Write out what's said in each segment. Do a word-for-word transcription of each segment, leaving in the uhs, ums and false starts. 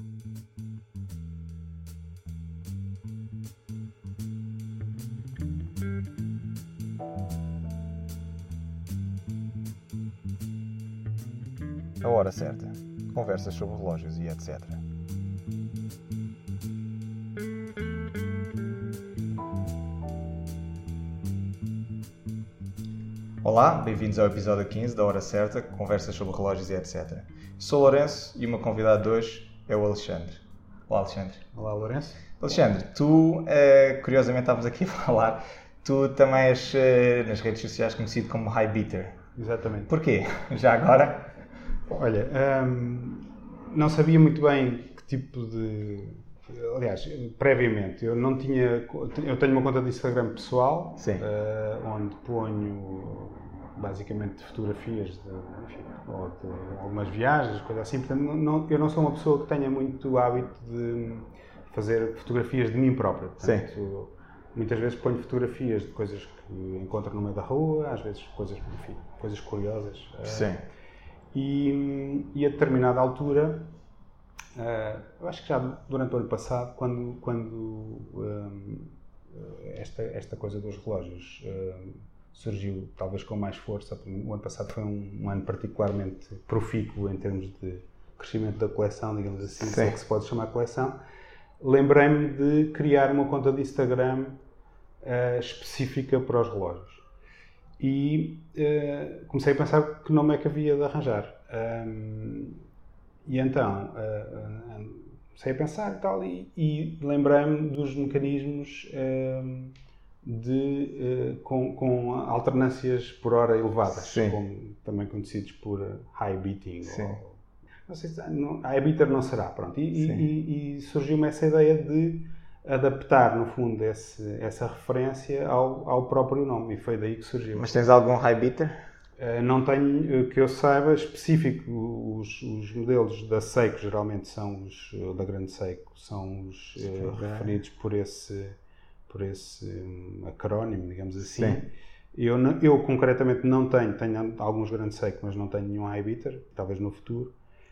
A hora certa. Conversas sobre relógios e etcétera. Olá, bem-vindos ao episódio quinze da Hora Certa, Conversas sobre relógios e etcétera. Sou o Lourenço e o meu convidado de hoje é o Alexandre. Olá, Alexandre. Olá, Lourenço. Alexandre, tu, eh, curiosamente estávamos aqui a falar, tu também és eh, nas redes sociais conhecido como High Beater. Exatamente. Porquê? Já agora? Olha, hum, não sabia muito bem que tipo de... Aliás, previamente, eu não tinha... Eu tenho uma conta de Instagram pessoal, uh, onde ponho basicamente fotografias de, enfim, ou de algumas viagens, coisas assim. Portanto, não, eu não sou uma pessoa que tenha muito hábito de fazer fotografias de mim próprio. Portanto, Sim. Muitas vezes ponho fotografias de coisas que encontro no meio da rua, às vezes coisas, enfim, coisas curiosas. Sim. E, e a determinada altura, uh, eu acho que já durante o ano passado, quando, quando um, esta, esta coisa dos relógios uh, surgiu talvez com mais força, o ano passado foi um, um ano particularmente profícuo em termos de crescimento da coleção, digamos assim, se é que se pode chamar coleção, lembrei-me de criar uma conta de Instagram uh, específica para os relógios. E uh, comecei a pensar que nome é que havia de arranjar. Um, e então uh, uh, comecei a pensar e tal, e, e lembrei-me dos mecanismos uh, de, uh, com, com alternâncias por hora elevadas, como, também conhecidos por high beating. Ou, não sei se não, high beater não será, pronto. E, e, e surgiu-me essa ideia de adaptar, no fundo, esse, essa referência ao, ao próprio nome, e foi daí que surgiu. Mas tens algum High Beater? Uh, não tenho, que eu saiba, específico. Os, os modelos da Seiko, geralmente são os, da grande Seiko, são os uh, referidos por esse, por esse um, acrónimo, digamos assim. Sim. Eu, eu, concretamente, não tenho, tenho alguns grandes Seiko, mas não tenho nenhum High Beater, talvez no futuro.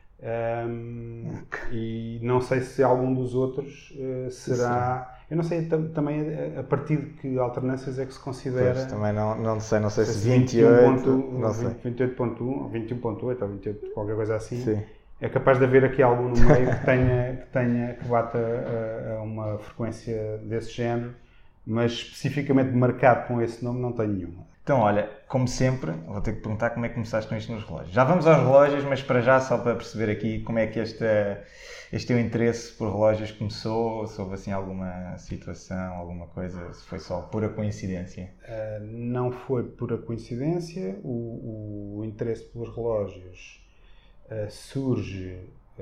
Um, e não sei se algum dos outros uh, será... Sim. Eu não sei tam, também a, a partir de que alternâncias é que se considera... Pois, também não, não sei, não sei se, se vinte e oito... não sei. vinte e oito ponto um ou vinte e um ponto oito ou vinte e oito, qualquer coisa assim. Sim. É capaz de haver aqui algum no meio que tenha, que, tenha, que bata a, a uma frequência desse género, mas especificamente marcado com esse nome não tenho nenhuma. Então, olha, como sempre, vou ter que perguntar como é que começaste com isto nos relógios. Já vamos aos relógios, mas para já, só para perceber aqui como é que este, este teu interesse por relógios começou, se houve assim alguma situação, alguma coisa, se foi só pura coincidência? Uh, não foi pura coincidência. O, o interesse pelos relógios uh, surge,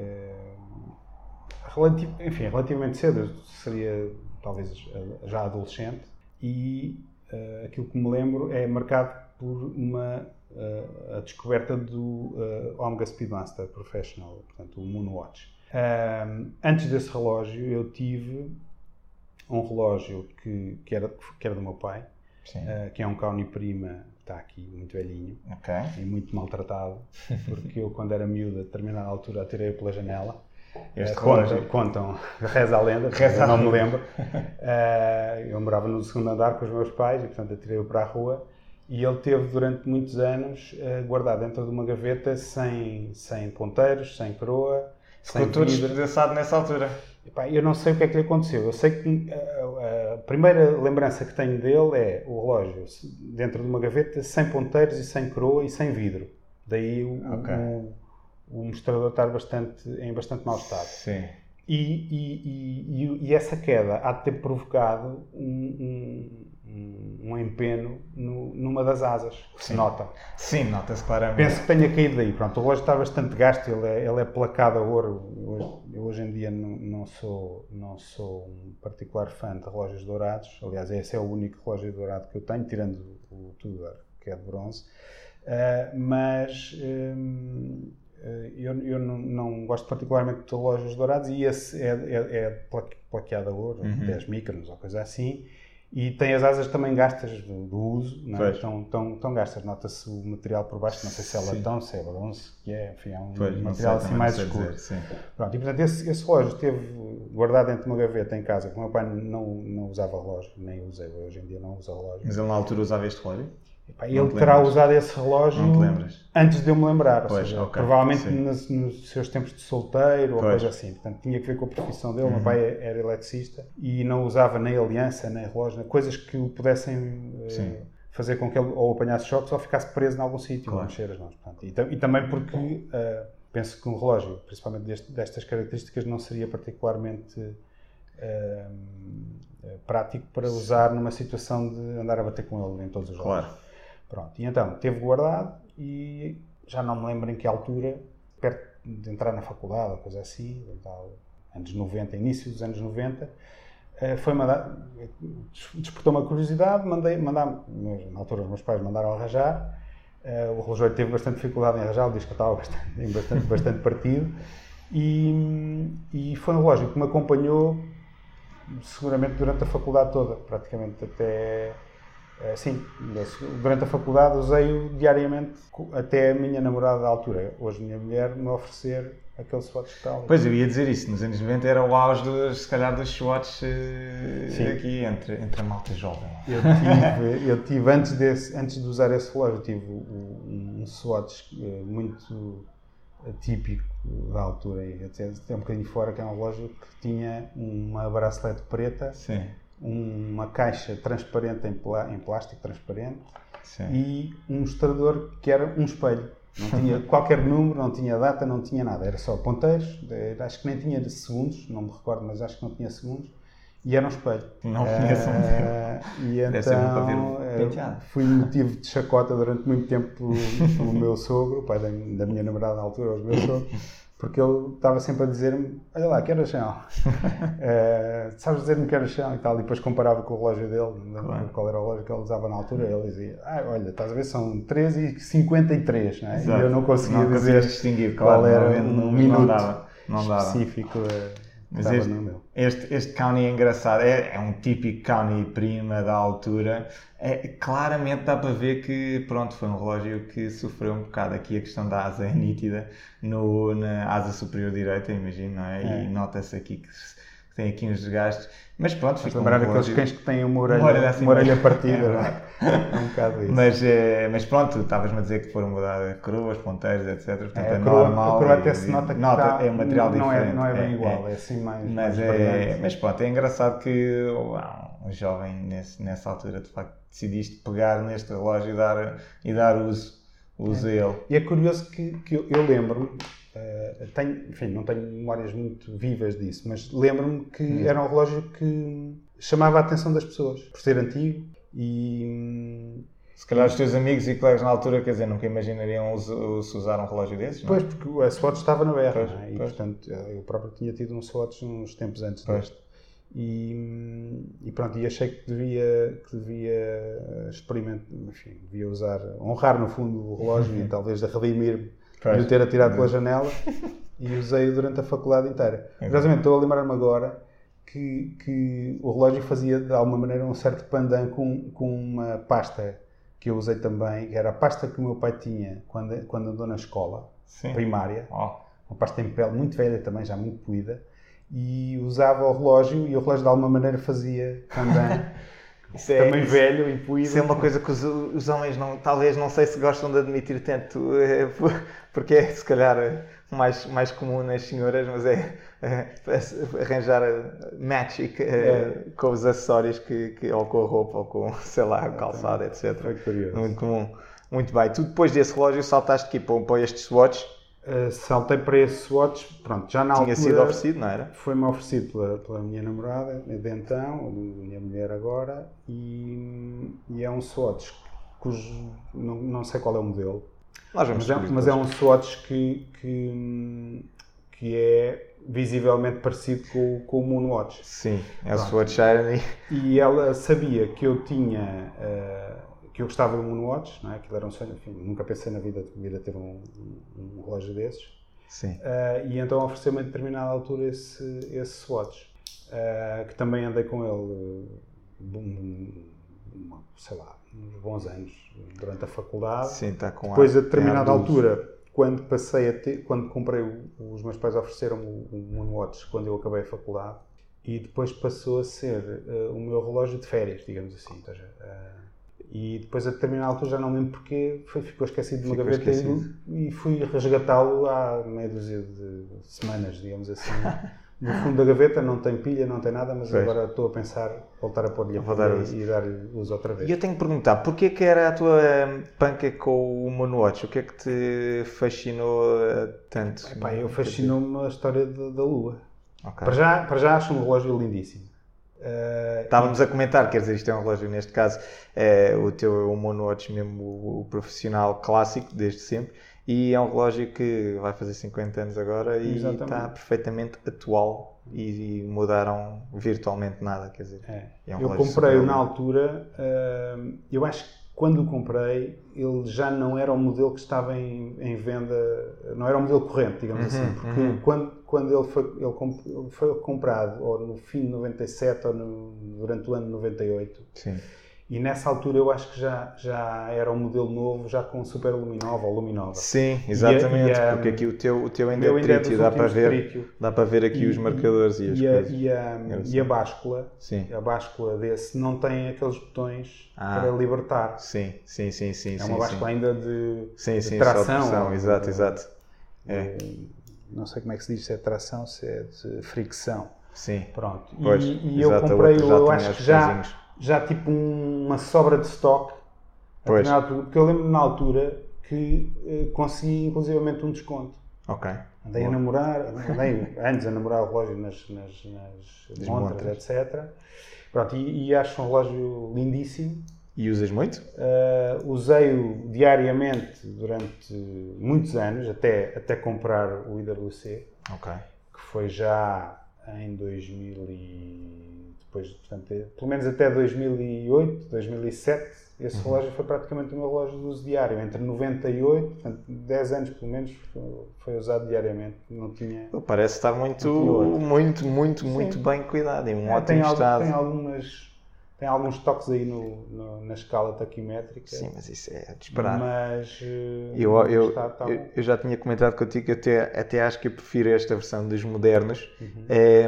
uh, relativ, enfim, relativamente cedo, seria talvez já adolescente, e Uh, aquilo que me lembro é marcado por uma, uh, a descoberta do uh, Omega Speedmaster Professional, portanto o Moonwatch. Uh, antes desse relógio eu tive um relógio que, que, era, que era do meu pai, uh, que é um Kauni Prima, que está aqui muito velhinho, okay. E muito maltratado, porque eu quando era miúdo, a determinada altura, atirei-o pela janela. Este uh, relógio? Contam, reza a lenda, reza não me lembro. Uh, eu morava no segundo andar com os meus pais e, portanto, atirei-o para a rua. E ele teve, durante muitos anos, uh, guardado dentro de uma gaveta sem, sem ponteiros, sem coroa, sem vidro. Ficou todo despedaçado nessa altura. Epá, eu não sei o que é que lhe aconteceu. Eu sei que uh, a primeira lembrança que tenho dele é o relógio dentro de uma gaveta sem ponteiros e sem coroa e sem vidro. Daí o... Okay. o o mostrador estar bastante, em bastante mau estado. Sim. E, e, e, e essa queda há de ter provocado um, um, um empeno no, numa das asas, que se nota. Sim, nota-se claramente. Penso que tenha caído daí. Pronto, o relógio está bastante gasto, ele é, ele é placado a ouro. Eu, eu hoje em dia não, não, sou, não sou um particular fã de relógios dourados. Aliás, esse é o único relógio dourado que eu tenho, tirando o Tudor, que é de bronze. Uh, mas... Um, Eu, eu não, não gosto particularmente de relógios dourados e esse é, é, é plaqueado a ouro, uhum. dez microns ou coisa assim, E tem as asas também gastas do, do uso, não é? Pois. Estão, estão, estão gastas. Nota-se o material por baixo, não sei se é Sim. latão, se é bronze, que é, enfim, é um Pois, não material sei, assim também mais não sei escuro. dizer, sim. Pronto, e portanto esse, esse relógio esteve guardado dentro de uma gaveta em casa, que o meu pai não, não usava relógio, nem usei, hoje em dia não usa relógio. Mas ele na altura usava este relógio? Epá, Não ele te terá lembras? usado esse relógio Não te lembras? antes de eu me lembrar, ou Pois, seja, ok, provavelmente sim. nos, nos seus tempos de solteiro ou Pois. coisa assim. Portanto, tinha que ver com a profissão dele. O Uhum. meu pai era eletricista e não usava nem aliança, nem relógio, nem coisas que o pudessem eh, Sim. fazer com que ele ou apanhasse choques ou ficasse preso em algum sítio, Claro. ou mexer as mãos. Portanto, e, tam- e também porque eh, penso que um relógio, principalmente deste- destas características, não seria particularmente eh, prático para usar numa situação de andar a bater com ele em todos os lados. Claro. Pronto, e então, teve guardado e já não me lembro em que altura, perto de entrar na faculdade ou coisa assim, tal, anos noventa, início dos anos noventa, eh, foi mandar, despertou uma curiosidade, mandei, mandar, na altura os meus pais mandaram arranjar, eh, o relógio teve bastante dificuldade em arranjar, diz que estava bastante, em bastante, bastante partido, e, e foi um relógio que me acompanhou seguramente durante a faculdade toda, praticamente até... Sim, durante a faculdade usei-o diariamente até a minha namorada da altura, hoje minha mulher, me oferecer aquele Swatch que está ali. Pois, eu ia dizer isso, nos anos noventa era o auge, dos, se calhar, dos Swatch Sim. aqui, entre, entre a malta jovem. Eu tive, eu tive antes, desse, antes de usar esse relógio, tive um, um Swatch muito típico da altura, e até, até um bocadinho fora, que é um relógio que tinha uma bracelete preta. Sim. Uma caixa transparente em, plá, em plástico transparente. Sim. E um mostrador que era um espelho. Não tinha qualquer número, não tinha data, não tinha nada. Era só ponteiros, era, acho que nem tinha segundos, não me recordo, mas acho que não tinha segundos. E era um espelho. Não conheço um uh, E Deve ser bom para ver então o penteado. fui motivo de chacota durante muito tempo pelo, pelo meu sogro, o pai da, da minha namorada na altura, os meus sogros. Porque ele estava sempre a dizer-me, olha lá, que horas são? uh, sabes dizer-me que horas são? E tal. E depois comparava com o relógio dele, claro. Qual era o relógio que ele usava na altura. Ele dizia, ah, olha, estás a ver, são treze e cinquenta e três, não é? E eu não conseguia não dizer distinguir, claro, qual era não, um não, minuto não dava, não dava. específico. Uh, Mas este, este, este Kauni é engraçado, é, é um típico Kauni prima da altura. É, claramente dá para ver que, pronto, foi um relógio que sofreu um bocado. Aqui a questão da asa é nítida, no, na asa superior direita, imagino, não é? É. E nota-se aqui que tem aqui uns desgastes. Mas pronto, fica um lembrar relógio... aqueles cães que têm uma orelha, uma orelha, assim, uma orelha partida. É, é um bocado isso. Mas, é, mas pronto, estavas-me a dizer que foram mudar coroas, ponteiros, etcétera. Portanto, é, é coroa, normal. A coroa até se nota que nota, está, é um material não, diferente. É, não é bem é, igual, é, é assim mais, mas, mais é, mas pronto, é engraçado que uau, um jovem nesse, nessa altura, de facto, decidiste pegar neste relógio e dar, e dar uso, uso é. a ele. E é curioso que, que eu, eu lembro-me, uh, tenho, enfim, não tenho memórias muito vivas disso, mas lembro-me que hum. era um relógio que chamava a atenção das pessoas, por ser antigo e... Se calhar os teus amigos e colegas na altura, quer dizer, nunca imaginariam se usar um relógio desses, não? Pois, porque a Swatch estava na berra, pois, não é? E pois. portanto eu próprio tinha tido um Swatch uns tempos antes pois. deste. E, e pronto, e achei que devia, que devia experimentar, enfim, devia usar, honrar no fundo o relógio e talvez redimir-me de o ter atirado pela janela, e usei-o durante a faculdade inteira. Curiosamente, estou a lembrar-me agora que, que o relógio fazia de alguma maneira um certo pandan com, com uma pasta que eu usei também, que era a pasta que o meu pai tinha quando, quando andou na escola Sim. primária, oh. uma pasta em pele muito velha também, já muito poída, e usava o relógio e o relógio de alguma maneira fazia pandan. Isso é, também isso, velho e poído. Isso é uma coisa que os, os homens não, talvez não sei se gostam de admitir tanto, porque é se calhar mais, mais comum nas senhoras, mas é, é arranjar match é. com os acessórios que, que, ou com a roupa, ou com, sei lá, calçado, etcétera. É curioso. Muito comum. Muito bem. Tu depois desse relógio saltaste aqui para, para este Swatch? Uh, saltei para esse Swatch, pronto, já na Tinha altura... Tinha sido oferecido, não era? Foi-me oferecido pela, pela minha namorada, de então, minha mulher agora, e, e é um Swatch cujo, não, não sei qual é o modelo, Nós vamos mas, é, mas é um Swatch que, que, que é visivelmente parecido com, com o Moonwatch. Sim, é o Swatch Shiny. E ela sabia que eu tinha... Uh, que eu gostava do Moonwatch, não é? Aquilo era um sonho, enfim, nunca pensei na vida de vir a ter um, um, um relógio desses. Sim. Uh, e então ofereceu-me a determinada altura esse, esse Swatch, uh, que também andei com ele sei lá, uns bons anos durante a faculdade. Sim, está com Depois, a, a determinada altura, quando passei a ter, quando comprei, o, os meus pais ofereceram-me o, o Moonwatch quando eu acabei a faculdade, e depois passou a ser uh, o meu relógio de férias, digamos assim. Ou seja, uh, e depois, a determinada altura, já não lembro porque, foi, ficou esquecido de uma ficou gaveta esquecido. e, e fui resgatá-lo há meia dúzia de semanas, digamos assim. No fundo da gaveta não tem pilha, não tem nada, mas pois. Agora estou a pensar voltar a pôr-lhe a pilha e, e dar-lhe uso outra vez. E eu tenho que perguntar, porquê que era a tua panca com o Moonwatch? O que é que te fascinou tanto? Epá, eu fascinou-me a história de, da Lua. Okay. Para, já, para já acho um relógio lindíssimo. Uh, Estávamos e... a comentar, quer dizer, isto é um relógio, neste caso, é o teu o Moonwatch mesmo, o, o profissional clássico, desde sempre. E é um relógio que vai fazer cinquenta anos agora e Exatamente. Está perfeitamente atual e, e mudaram virtualmente nada, quer dizer. É. É um eu comprei-o na altura, uh, eu acho que quando o comprei ele já não era o modelo que estava em, em venda, não era o modelo corrente, digamos uhum, assim, porque uhum. quando, quando ele, foi, ele, ele foi comprado ou no fim de noventa e sete ou no, durante o ano de noventa e oito. Sim. E nessa altura eu acho que já, já era um modelo novo, já com Super Luminova ou Luminova. Sim, exatamente, e a, e a, porque aqui o teu, o teu ainda é trítio, dá para ver, dá para ver aqui e, os marcadores e, e as e coisas. A, e, a, e a báscula, sim. a báscula desse não tem aqueles botões ah, para libertar. Sim, sim, sim, sim. É sim, uma báscula sim. ainda de, sim, sim, de tração. Só pressão, exato, de, exato. É. De, não sei como é que se diz, se é tração, se é de fricção. Sim. Pronto. Pois, e, e exato, eu comprei, eu acho que já... já tipo um, uma sobra de stock, pois. Porque eu lembro na altura que uh, consegui inclusivamente um desconto. Ok. Andei Boa. a namorar, andei antes a namorar o relógio nas, nas, nas montras, etcétera. Pronto, e, e acho um relógio lindíssimo. E usas muito? Uh, usei-o diariamente durante muitos anos, até, até comprar o I W C, okay. que foi já em dois mil e... Depois, portanto, pelo menos até dois mil e oito, dois mil e sete, esse uhum. relógio foi praticamente o meu relógio de uso diário. Entre noventa e oito, portanto, dez anos pelo menos, foi usado diariamente. Não tinha... Parece estar muito, muito, muito, muito Sim. bem cuidado, em um é, ótimo tem estado. Tem algumas... Tem alguns toques aí no, no, na escala taquimétrica. Sim, mas isso é de esperar. Mas eu, eu, está, está eu, eu já tinha comentado contigo que até, até acho que eu prefiro esta versão dos modernos uhum. é,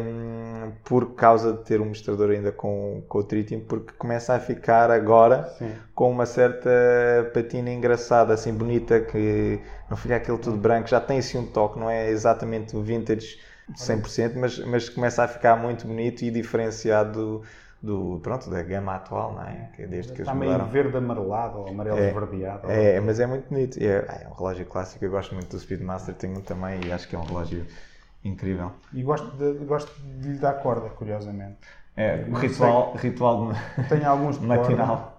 por causa de ter um mostrador ainda com, com o tritium, porque começa a ficar agora Sim. com uma certa patina engraçada, assim bonita, que não fica aquele tudo branco, já tem assim um toque, não é exatamente vintage cem por cento, mas, mas começa a ficar muito bonito e diferenciado do, pronto, da gama atual, não é? Que desde que está eles meio mudaram. verde amarelado ou amarelo é, esverdeado. É, mas é muito bonito. É, é um relógio clássico, eu gosto muito do Speedmaster, tenho um também e acho que é um relógio incrível. E gosto de, gosto de lhe dar corda, curiosamente. É, o ritual, sei, ritual tenho alguns de matinal.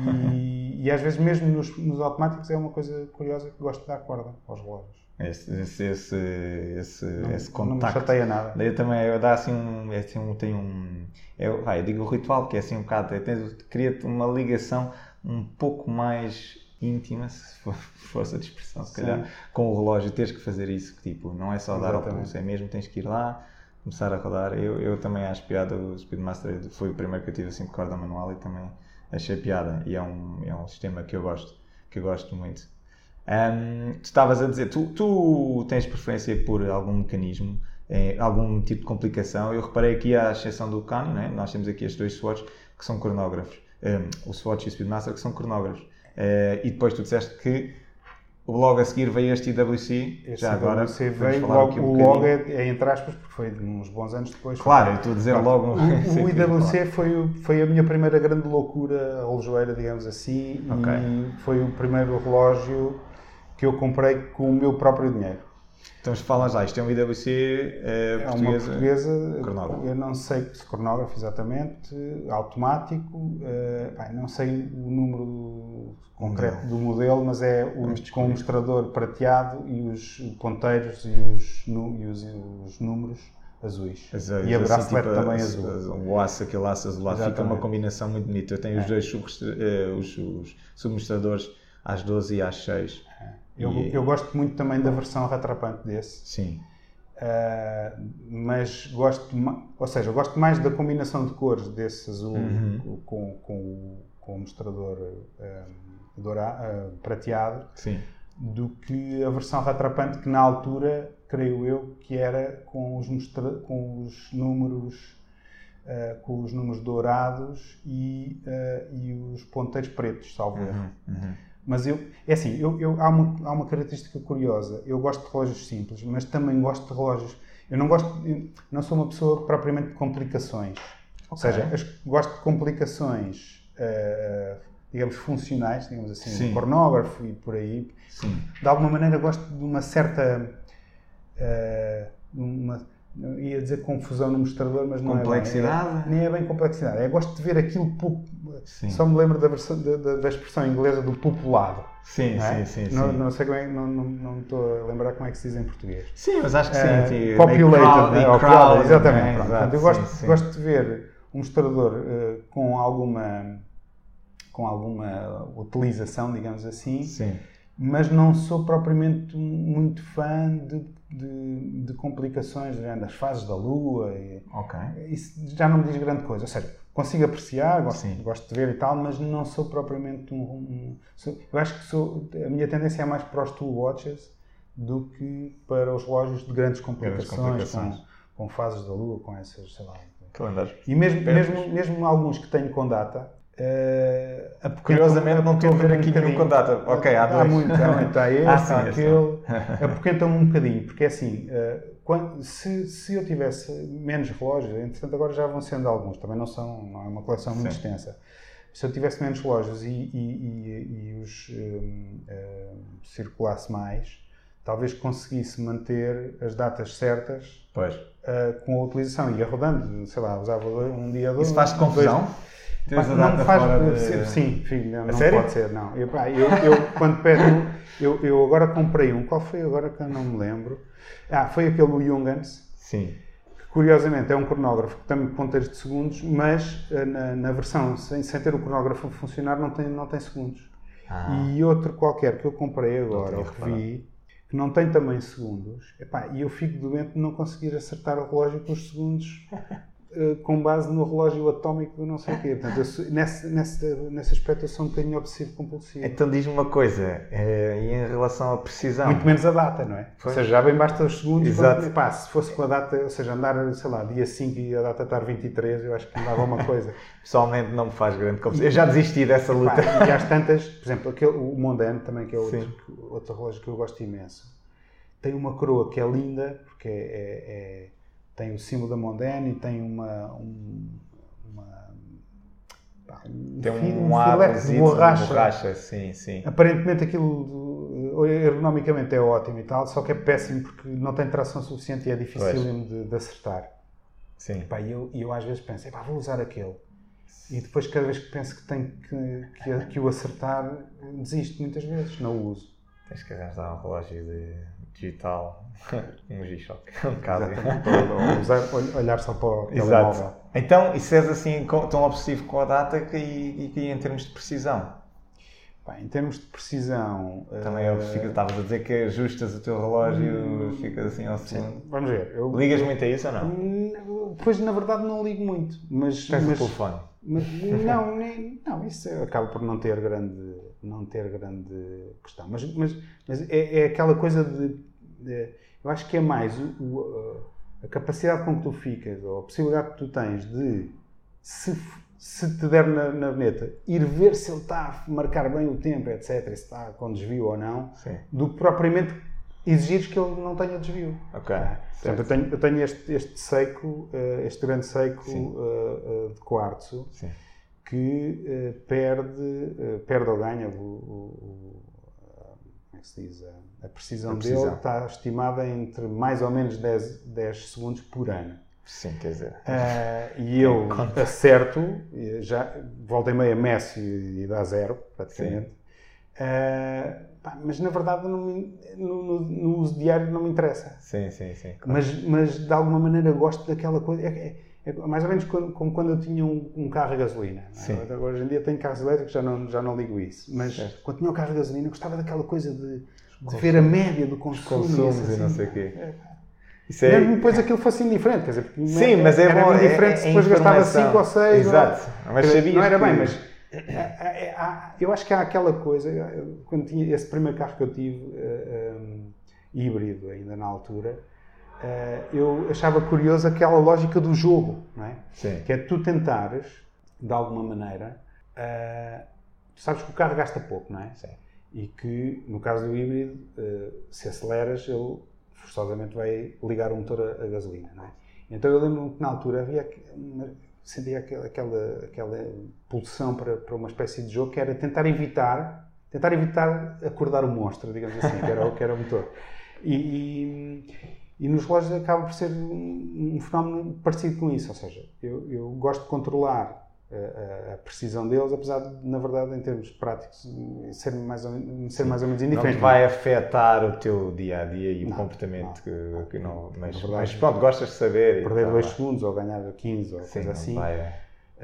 E, e às vezes mesmo nos, nos automáticos é uma coisa curiosa que gosto de dar corda aos relógios. Esse, esse, esse, esse, não, esse contacto. Não me chateia nada. Daí eu também, eu dá assim um, assim um, tem um, eu, vai, eu digo o ritual, que é assim um bocado, cria-te uma ligação um pouco mais íntima, se for força de expressão, se calhar, Sim. com o relógio, tens que fazer isso, que tipo, não é só Exatamente. dar ao pulso, é mesmo, tens que ir lá, começar a rodar. Eu, eu também acho piada, o Speedmaster foi o primeiro que eu tive assim de corda manual e também achei piada, e é um, é um sistema que eu gosto, que eu gosto muito. Um, tu estavas a dizer, tu, tu tens preferência por algum mecanismo, eh, algum tipo de complicação? Eu reparei aqui, à exceção do Kano, né? Nós temos aqui estes dois Swatch que são cronógrafos, um, o Swatch e o Speedmaster que são cronógrafos, uh, e depois tu disseste que logo a seguir veio este I W C, este já agora você veio, logo, um o logo é, é entre aspas, porque foi uns bons anos depois. Claro, eu estou a dizer Pronto, logo... O, o I W C foi, foi a minha primeira grande loucura relojoeira, digamos assim, okay. E foi o primeiro relógio que eu comprei com o meu próprio dinheiro. Então falas lá, isto é um I W C eh, é portuguesa? É uma portuguesa, cronógrafo. Eu não sei se cronógrafo exatamente, automático, eh, bem, não sei o número concreto modelo. do modelo, mas é o, com o mostrador prateado e os ponteiros e os, nu, e os, e os números azuis. azuis. E a bracelete assim, tipo, também a, azul. O aço, aquele aço azulado, fica uma combinação muito bonita. Eu tenho é. os dois sub, uh, os, os submostradores às doze e às seis. Eu, e... eu gosto muito também da versão retrapante desse. Sim. Uh, mas gosto, ou seja, gosto mais da combinação de cores desse azul uhum. com, com, com o mostrador uh, dourado, uh, prateado Sim. do que a versão retrapante que na altura, creio eu, que era com os, mostra, com os números uh, com os números dourados e, uh, e os ponteiros pretos, salvo erro. Uhum. Uhum. Mas eu, é assim, eu, eu, há, uma, há uma característica curiosa. Eu gosto de relógios simples, mas também gosto de relógios... Eu não gosto... Eu não sou uma pessoa propriamente de complicações. Okay. Ou seja, eu gosto de complicações, uh, digamos, funcionais, digamos assim, Sim. cornógrafo e por aí. Sim. De alguma maneira gosto de uma certa... Uh, uma, ia dizer confusão no mostrador, mas não complexidade? é bem. É, nem é bem complexidade. Eu gosto de ver aquilo... Sim. Só me lembro da, versão, da, da, da expressão inglesa do populado. Sim, é? sim, sim, não, sim. Não sei como é, não, não, não estou a lembrar como é que se diz em português. Sim, mas acho que sim. Uh, populated, né? Crowd, crowd, exatamente. Né? Exato, Portanto, eu sim, gosto, sim. gosto de ver um mostrador uh, com alguma com alguma utilização, digamos assim, sim. mas não sou propriamente muito fã de, de, de complicações, das fases da Lua. E, ok. Isso já não me diz grande coisa. Ou seja, consigo apreciar, gosto, gosto de ver e tal, mas não sou propriamente um... um sou, eu acho que sou, a minha tendência é mais para os tool watches do que para os relógios de grandes complicações, grandes complicações. Com, com fases da Lua, com essas, sei lá... Calendários. E mesmo, mesmo, mesmo alguns que tenho com data, Uh, curiosamente não estou a ver aqui nenhum com data. Ok, há dois. Há muito, há muito. Há este, ah, sim, há aquele. Apoquentam-me um bocadinho, porque é assim, uh, quando, se, se eu tivesse menos relógios, entretanto agora já vão sendo alguns, também não são, não é uma coleção muito sim. extensa. Se eu tivesse menos relógios e, e, e, e os um, uh, circulasse mais, talvez conseguisse manter as datas certas pois. Uh, com a utilização. Ia rodando, sei lá, usava um dia dois. Isso faz confusão? Dois, Mas não me faz... De... Sim, filho, não, não pode ser, não. Eu, pá, eu, eu quando peço... Eu, eu agora comprei um, qual foi agora que eu não me lembro? Ah, foi aquele Jungens. Sim. Que curiosamente é um cronógrafo que tem ponteiros de segundos, mas na, na versão sem, sem ter o cronógrafo a funcionar não tem, não tem segundos. Ah. E outro qualquer que eu comprei agora, ou que vi, que não tem também segundos, epá, e eu fico doente de não conseguir acertar o relógio com os segundos... com base no relógio atómico do não sei o quê. Portanto, eu sou, nesse, nesse, nesse aspecto eu sou um bocadinho obsessivo-compulsivo. Então diz-me uma coisa, é, e em relação à precisão? Muito menos a data, não é? Foi? Ou seja, já bem basta os segundos. Exato. Quando, pá, se fosse com a data, ou seja, andar, sei lá, dia cinco e a data estar vinte e três, eu acho que me dava uma coisa. Pessoalmente não me faz grande confusão. Eu já desisti dessa luta. Pá, e às tantas, por exemplo, aquele, o Mondane também, que é outro, outro relógio que eu gosto imenso, tem uma coroa que é linda, porque é, é, é tem o símbolo da Mondane e tem uma... Um, uma pá, um tem um, um filete de borracha. de borracha. Sim, sim. Aparentemente aquilo ergonomicamente é ótimo e tal, só que é péssimo porque não tem tração suficiente e é difícil de, de acertar. Sim. E pá, eu, eu às vezes penso, pá, vou usar aquele. E depois cada vez que penso que tenho que, que, que o acertar, desisto muitas vezes, não o uso. Tens que arranjar um relógio de digital, um G-Shock, um bocado. Ou usar, olhar só para o telemóvel. Exato. Então, e se és assim tão obsessivo com a data que, e, e em termos de precisão? Bem, em termos de precisão... Também uh... fica, estavas a dizer que ajustas o teu relógio, hum, ficas assim ao segundo. Vamos ver. Eu, Ligas muito a isso ou não? Hum, pois, na verdade, não ligo muito. Mas, Tens mas, o telefone? Mas, não, nem, não, isso acaba por não ter grande, não ter grande questão. Mas, mas, mas é, é aquela coisa de, de... Eu acho que é mais o, o, a capacidade com que tu ficas, ou a possibilidade que tu tens de, se, se te der na, na veneta, ir ver se ele está a marcar bem o tempo, etcétera, se está com desvio ou não, sim, do que propriamente exigires que ele não tenha desvio. Ok. É. Portanto, eu tenho, eu tenho este, este seiko, este grande seiko uh, uh, de quartzo, sim, que uh, perde, uh, perde ou ganha, o, o, como é que se diz, a, a, precisão, a precisão dele está estimada entre mais ou menos dez, dez segundos por ano. Sim, quer dizer. Uh, e eu acerto, já volta e meia meço e, e dá zero, praticamente. Uh, pá, mas na verdade não me, no, no, no uso diário não me interessa. Sim, sim, sim. Claro. Mas, mas de alguma maneira gosto daquela coisa. É, é, é mais ou menos como, como quando eu tinha um, um carro a gasolina. Não é? Hoje em dia tenho carros elétricos, já não, já não ligo isso. Mas certo, quando tinha um carro a gasolina, gostava daquela coisa de, de ver a média do consumo. Consumos e, assim, e não sei o quê. É, Isso é... Mesmo depois aquilo fosse indiferente, quer dizer, porque sim, é, mas é era bom, indiferente é, se depois gastava cinco ou seis. Exato, ou... mas sabias não era que... bem, mas eu acho que há aquela coisa, quando tinha esse primeiro carro que eu tive, uh, um, híbrido ainda na altura, uh, eu achava curioso aquela lógica do jogo, não é? Sim. Que é tu tentares, de alguma maneira, uh, tu sabes que o carro gasta pouco, não é? Sim. E que, no caso do híbrido, uh, se aceleras, ele forçosamente vai ligar o motor a, a gasolina, não é? Então eu lembro-me que na altura havia uma, sentia aquela, aquela, aquela pulsão para, para uma espécie de jogo que era tentar evitar, tentar evitar acordar o monstro, digamos assim, que era, que era o motor. E, e, e nos relógios acaba por ser um, um fenómeno parecido com isso, ou seja, eu, eu gosto de controlar A, a precisão deles, apesar de, na verdade, em termos práticos, ser mais ou, ser mais ou menos indiferente. Não te vai afetar o teu dia-a-dia e não, o comportamento não, que, que não... Mas, verdade, mas pronto, gostas de saber. Perder dois tá, segundos ou ganhar quinze ou sim, coisa assim. Vai, uh,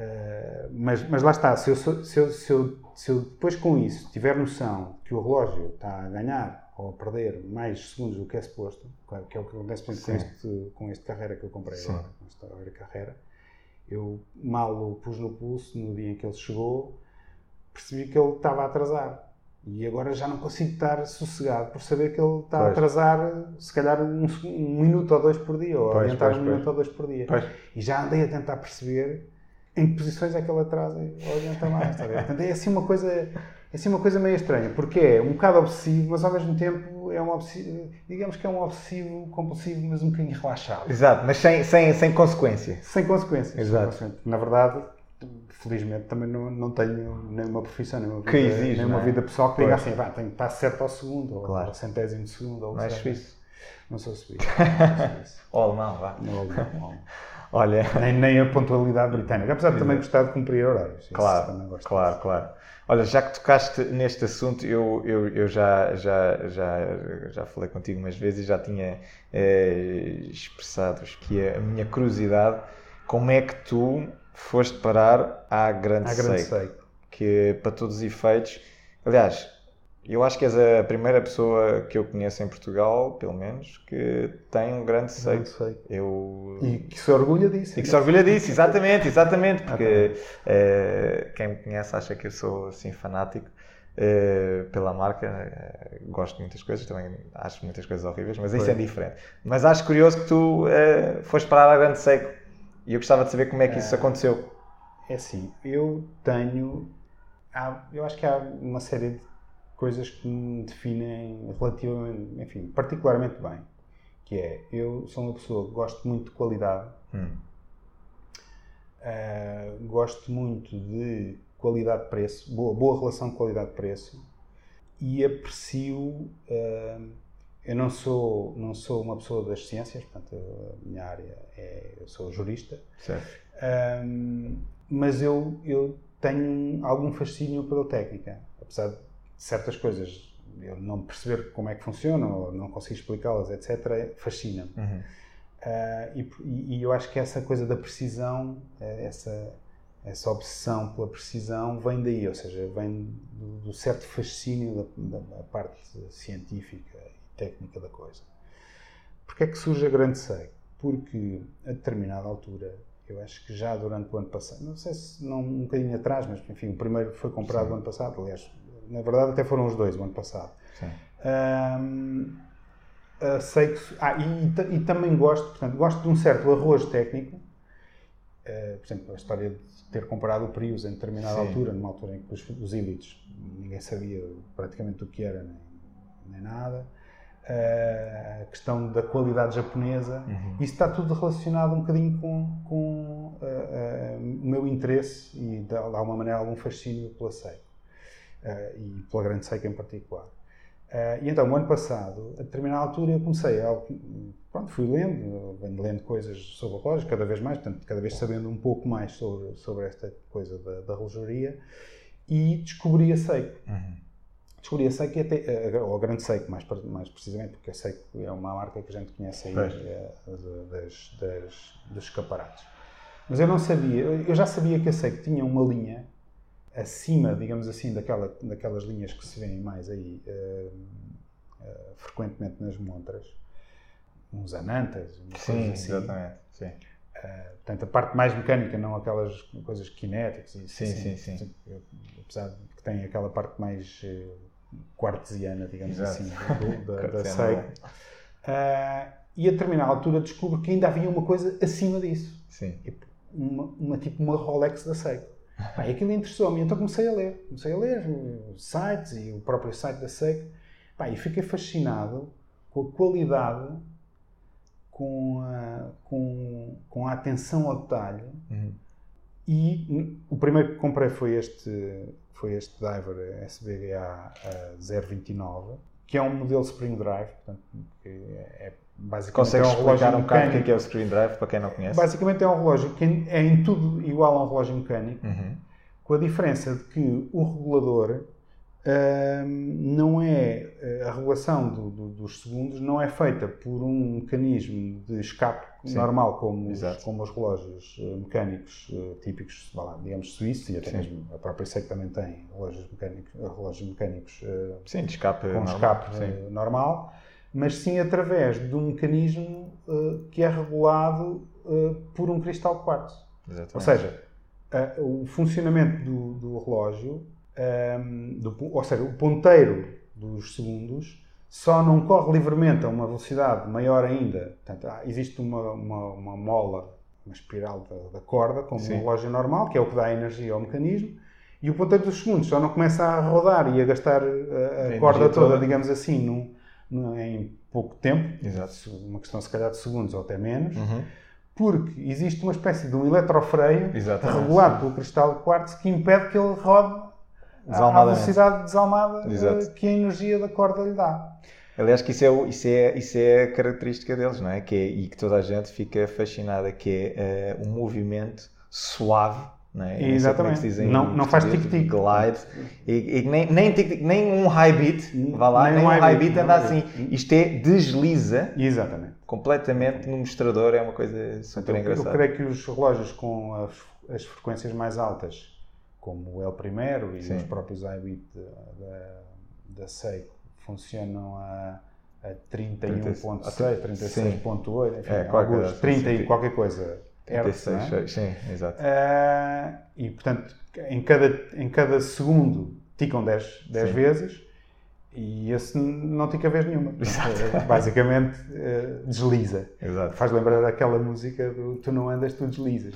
mas, mas lá está, se eu, se, eu, se, eu, se eu depois com isso tiver noção que o relógio está a ganhar ou a perder mais segundos do que é suposto, que é o que acontece com este, com este Carrera que eu comprei sim. agora, com esta Carrera Carrera, eu mal o pus no pulso, no dia em que ele chegou, percebi que ele estava a atrasar. E agora já não consigo estar sossegado por saber que ele está pois. a atrasar, se calhar, um, um minuto ou dois por dia, ou pois, adiantar pois, um pois. minuto ou dois por dia. Pois. E já andei a tentar perceber em que posições é que ele atrasa ou adianta mais. Está a ver? Portanto, é assim uma coisa, é assim uma coisa meio estranha, porque é um bocado obsessivo, mas ao mesmo tempo é um obsessivo, digamos que é um obsessivo compulsivo, mas um bocadinho relaxado. Exato, mas sem, sem, sem consequência. Sem consequências. Exato. Na verdade, felizmente também não, não tenho nenhuma profissão, nenhuma vida, que exige, nenhuma é? vida pessoal que diga assim, pá, tenho que estar certo ao segundo, claro. ou ao centésimo segundo. Ou não és suíço? Não sou suíço. Ou alemão, vá. Não, alemão. Olha... Nem, nem a pontualidade britânica, apesar de também gostar de cumprir horários. Claro, claro, claro. Olha, já que tocaste neste assunto, eu, eu, eu já, já, já, já falei contigo umas vezes e já tinha eh, expressado que é a minha curiosidade, como é que tu foste parar à Grande, à Grande Seiko, Seiko, que para todos os efeitos, aliás, eu acho que és a primeira pessoa que eu conheço em Portugal, pelo menos, que tem um Grande Seiko. Eu... E que se orgulha disso. E que se orgulha disso, exatamente, exatamente, porque uh, quem me conhece acha que eu sou assim fanático uh, pela marca, uh, gosto de muitas coisas, também acho muitas coisas horríveis, mas isso é diferente. Mas acho curioso que tu uh, foste parar à Grande Seiko e eu gostava de saber como é que isso aconteceu. É assim, eu tenho, há, eu acho que há uma série de coisas que me definem relativamente, enfim, particularmente bem, que é, eu sou uma pessoa que gosto muito de qualidade, hum. uh, gosto muito de qualidade-preço, boa, boa relação de qualidade-preço, e aprecio, uh, eu não sou, não sou uma pessoa das ciências, portanto, a minha área é, eu sou jurista, uh, mas eu, eu tenho algum fascínio pela técnica, apesar de certas coisas, eu não perceber como é que funcionam, ou não consigo explicá-las, etcétera, fascina-me. Uhum. Uh, e, e eu acho que essa coisa da precisão, essa, essa obsessão pela precisão, vem daí, ou seja, vem do, do certo fascínio da, da parte científica e técnica da coisa. Porquê é que surge a Grande Seiko? Porque, a determinada altura, eu acho que já durante o ano passado, não sei se não um bocadinho atrás, mas enfim, o primeiro foi comprado no ano passado, aliás, na verdade até foram os dois o ano passado. Um, sei que, ah, e, e também gosto, portanto, gosto de um certo arrojo técnico, uh, por exemplo, a história de ter comprado o Prius em determinada Sim. altura, numa altura em que os, os híbridos, ninguém sabia praticamente o que era, nem, nem nada. Uh, a questão da qualidade japonesa, uhum. isso está tudo relacionado um bocadinho com, com uh, uh, o meu interesse e de, de alguma maneira algum fascínio pela Seiko. Uh, e pela Grande Seiko em particular. Uh, e então, no ano passado, a determinada altura, eu comecei a... Pronto, fui lendo, venho lendo coisas sobre relógios, cada vez mais, portanto, cada vez sabendo um pouco mais sobre, sobre esta coisa da, da relojoaria, e descobri a Seiko. Uhum. Descobri a Seiko, e até, ou a Grande Seiko, mais, mais precisamente, porque a Seiko é uma marca que a gente conhece aí, é, das, das, dos escaparates. Mas eu não sabia, eu já sabia que a Seiko tinha uma linha acima, digamos assim, daquela, daquelas linhas que se vêem mais aí uh, uh, frequentemente nas montras, uns anantas, uma Sim, coisa assim. exatamente. Sim. Uh, portanto, a parte mais mecânica, não aquelas coisas kinéticas. E, sim, assim, sim, sim. Apesar de que tem aquela parte mais uh, quartesiana, digamos Exato. assim, do, da, da Seiko. Uh, e a determinada altura descubro que ainda havia uma coisa acima disso. Sim. Uma, uma, tipo uma Rolex da Seiko. Pá, e aquilo interessou-me, então comecei a ler. Comecei a ler os sites e o próprio site da Seiko. Pá, e fiquei fascinado com a qualidade, com a, com, com a atenção ao detalhe. Uhum. E o primeiro que comprei foi este, foi este Diver S B G A zero vinte e nove, que é um modelo Spring Drive, portanto, que é basicamente Consegues é um relógio explicar um bocado mecânico. o que é o Spring Drive, para quem não conhece? Basicamente é um relógio que é em tudo igual a um relógio mecânico, uhum. com a diferença de que o regulador uh, não é, a regulação do, do, dos segundos não é feita por um mecanismo de escape Sim. normal, como os, como os relógios mecânicos uh, típicos, lá, digamos, suíços, e até Sim. mesmo a própria Seiko também tem relógios mecânicos, relógios mecânicos uh, sim, de escape com normal. escape uh, normal, mas sim através de um mecanismo uh, que é regulado uh, por um cristal de quartzo. Exatamente. Ou seja, uh, o funcionamento do, do relógio, um, do, ou seja, o ponteiro dos segundos, só não corre livremente a uma velocidade maior ainda. Portanto, existe uma, uma, uma mola, uma espiral da, da corda, como Sim. um relógio normal, que é o que dá energia ao mecanismo, e o ponteiro dos segundos só não começa a rodar e a gastar a, a corda toda, toda, digamos assim, num, num, em pouco tempo, Exato. uma questão se calhar de segundos ou até menos, uhum. porque existe uma espécie de um eletrofreio Exatamente. regulado pelo cristal de quartzo que impede que ele rode à velocidade desalmada Exato. que a energia da corda lhe dá. Aliás, que isso é, isso, é, isso é a característica deles, não é? Que é, e que toda a gente fica fascinada, que é uh, um movimento suave, não é? Exatamente. Não, dizem, não, não faz tic-tic. Glide. E, e nem, nem, tic, nem um high beat, vá lá, nem, nem um high, high beat anda assim. Isto é desliza Exatamente. completamente no mostrador, é uma coisa super então, engraçada. Eu creio que os relógios com as, as frequências mais altas, como o El Primero e Sim. os próprios high beat da, da Seiko, funcionam a, a trinta e um ponto seis, trinta e seis ponto oito, enfim, é, alguns, trinta e qualquer coisa. Hertz, é? Sim, exato. Uh, e, portanto, em cada, em cada segundo ticam dez vezes e esse não tica vez nenhuma. Portanto, basicamente, uh, desliza. Exato. Faz lembrar aquela música do Tu não andas, tu deslizas.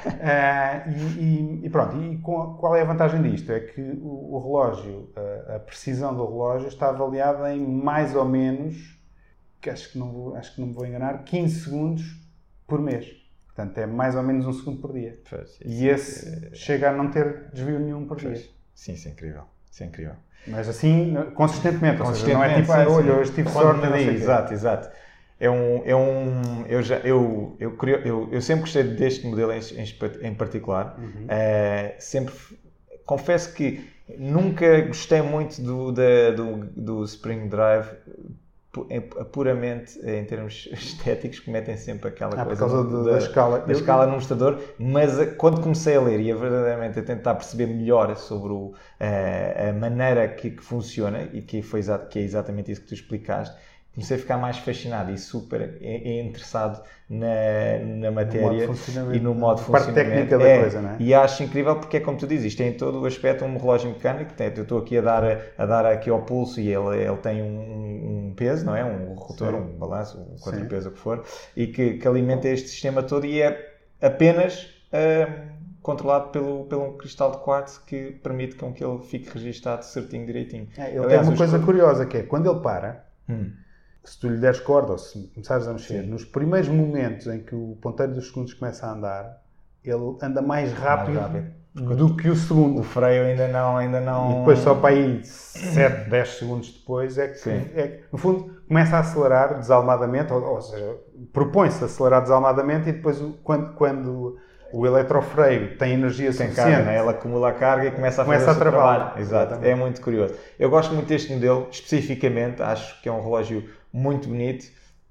uh, e, e, e pronto, e qual é a vantagem disto? É que o, o relógio, a, a precisão do relógio está avaliada em mais ou menos, que acho que não vou, acho que não me vou enganar, quinze segundos por mês. Portanto, é mais ou menos um segundo por dia. Pois, e esse é... chega a não ter desvio nenhum por pois. dia. Sim, isso é incrível. Isso é incrível. Mas assim, consistentemente. consistentemente ou seja, não é tipo, ah, olha, hoje tive sorte. Não sei exato, exato. É um... É um eu, já, eu, eu, eu, eu, eu sempre gostei deste modelo em, em, em particular. Uhum. Uh, sempre... Confesso que nunca gostei muito do, da, do, do Spring Drive... puramente em termos estéticos, que metem sempre aquela ah, coisa por causa do, da, da escala, da escala no mostrador, mas quando comecei a ler e a verdadeiramente a tentar perceber melhor sobre o, a, a maneira que, que funciona, e que, foi, que é exatamente isso que tu explicaste, comecei a ficar mais fascinado e super interessado na, na matéria no e no modo de funcionamento. A parte técnica da é, coisa, não é? E acho incrível porque é como tu dizes, isto tem em todo o aspecto um relógio mecânico. Eu estou aqui a dar, a dar aqui ao pulso e ele, ele tem um, um peso, não é? Um rotor, Sim. um balanço, um quadripeso, o que for, e que, que alimenta este sistema todo e é apenas uh, controlado pelo, pelo cristal de quartzo que permite com que ele fique registado certinho, direitinho. É, ele Aliás, tem uma coisa curiosa que é, quando ele para... Hum. Se tu lhe deres corda ou se começares a mexer, Sim. nos primeiros momentos em que o ponteiro dos segundos começa a andar, ele anda mais rápido, mais rápido. do que o segundo. O freio ainda não... Ainda não... E depois só para aí sete, dez segundos depois é que, é que, no fundo, começa a acelerar desalmadamente, ou, ou seja, propõe-se a acelerar desalmadamente e depois quando... quando o eletrofreio tem energia tem suficiente. Carga, né? Ele acumula a carga e começa a começa fazer a trabalhar. Exato. Exatamente. É muito curioso. Eu gosto muito deste modelo, especificamente, acho que é um relógio muito bonito.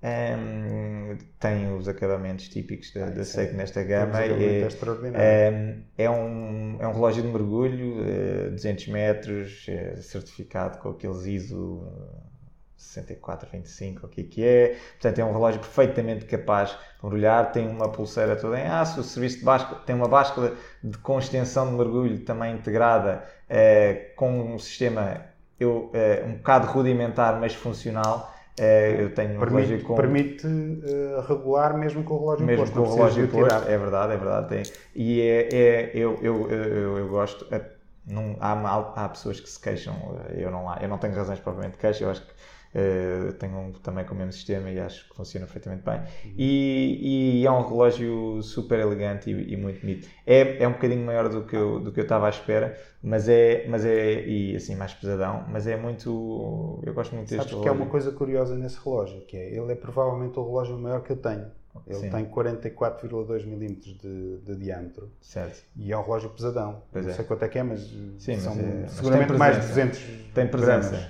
Um, tem os acabamentos típicos da, ah, da Seiko nesta gama. É, é, é, um, é um relógio de mergulho, duzentos metros, é certificado com aqueles I S O sessenta e quatro, vinte e cinco, o que é que é. Portanto, é um relógio perfeitamente capaz de mergulhar. Tem uma pulseira toda em aço, o serviço de báscula, tem uma báscula de, com extensão de mergulho também integrada, eh, com um sistema eu, eh, um bocado rudimentar, mas funcional. Eh, eu tenho um permite, relógio com... Permite uh, regular mesmo com o relógio mesmo posto. com o relógio posto, é verdade, é verdade. Tem. E é, é, eu, eu, eu, eu gosto... Não, há, há, há pessoas que se queixam, eu não, eu não tenho razões propriamente de queixa, eu acho que uh, tenho um, também com o mesmo sistema e acho que funciona perfeitamente bem. Uhum. E, e é um relógio super elegante e, e muito bonito. É, é um bocadinho maior do que eu, do que eu estava à espera, mas é, mas é e assim, mais pesadão, mas é muito... Eu gosto muito deste relógio. Sabes que é uma coisa curiosa nesse relógio, que é, ele é provavelmente o relógio maior que eu tenho. Ele Sim. tem quarenta e quatro vírgula dois milímetros de, de diâmetro. Certo. E é um relógio pesadão. Pois não é. sei quanto é que é, mas Sim, são mas é, seguramente mas mais de duzentos Tem presença. gramas.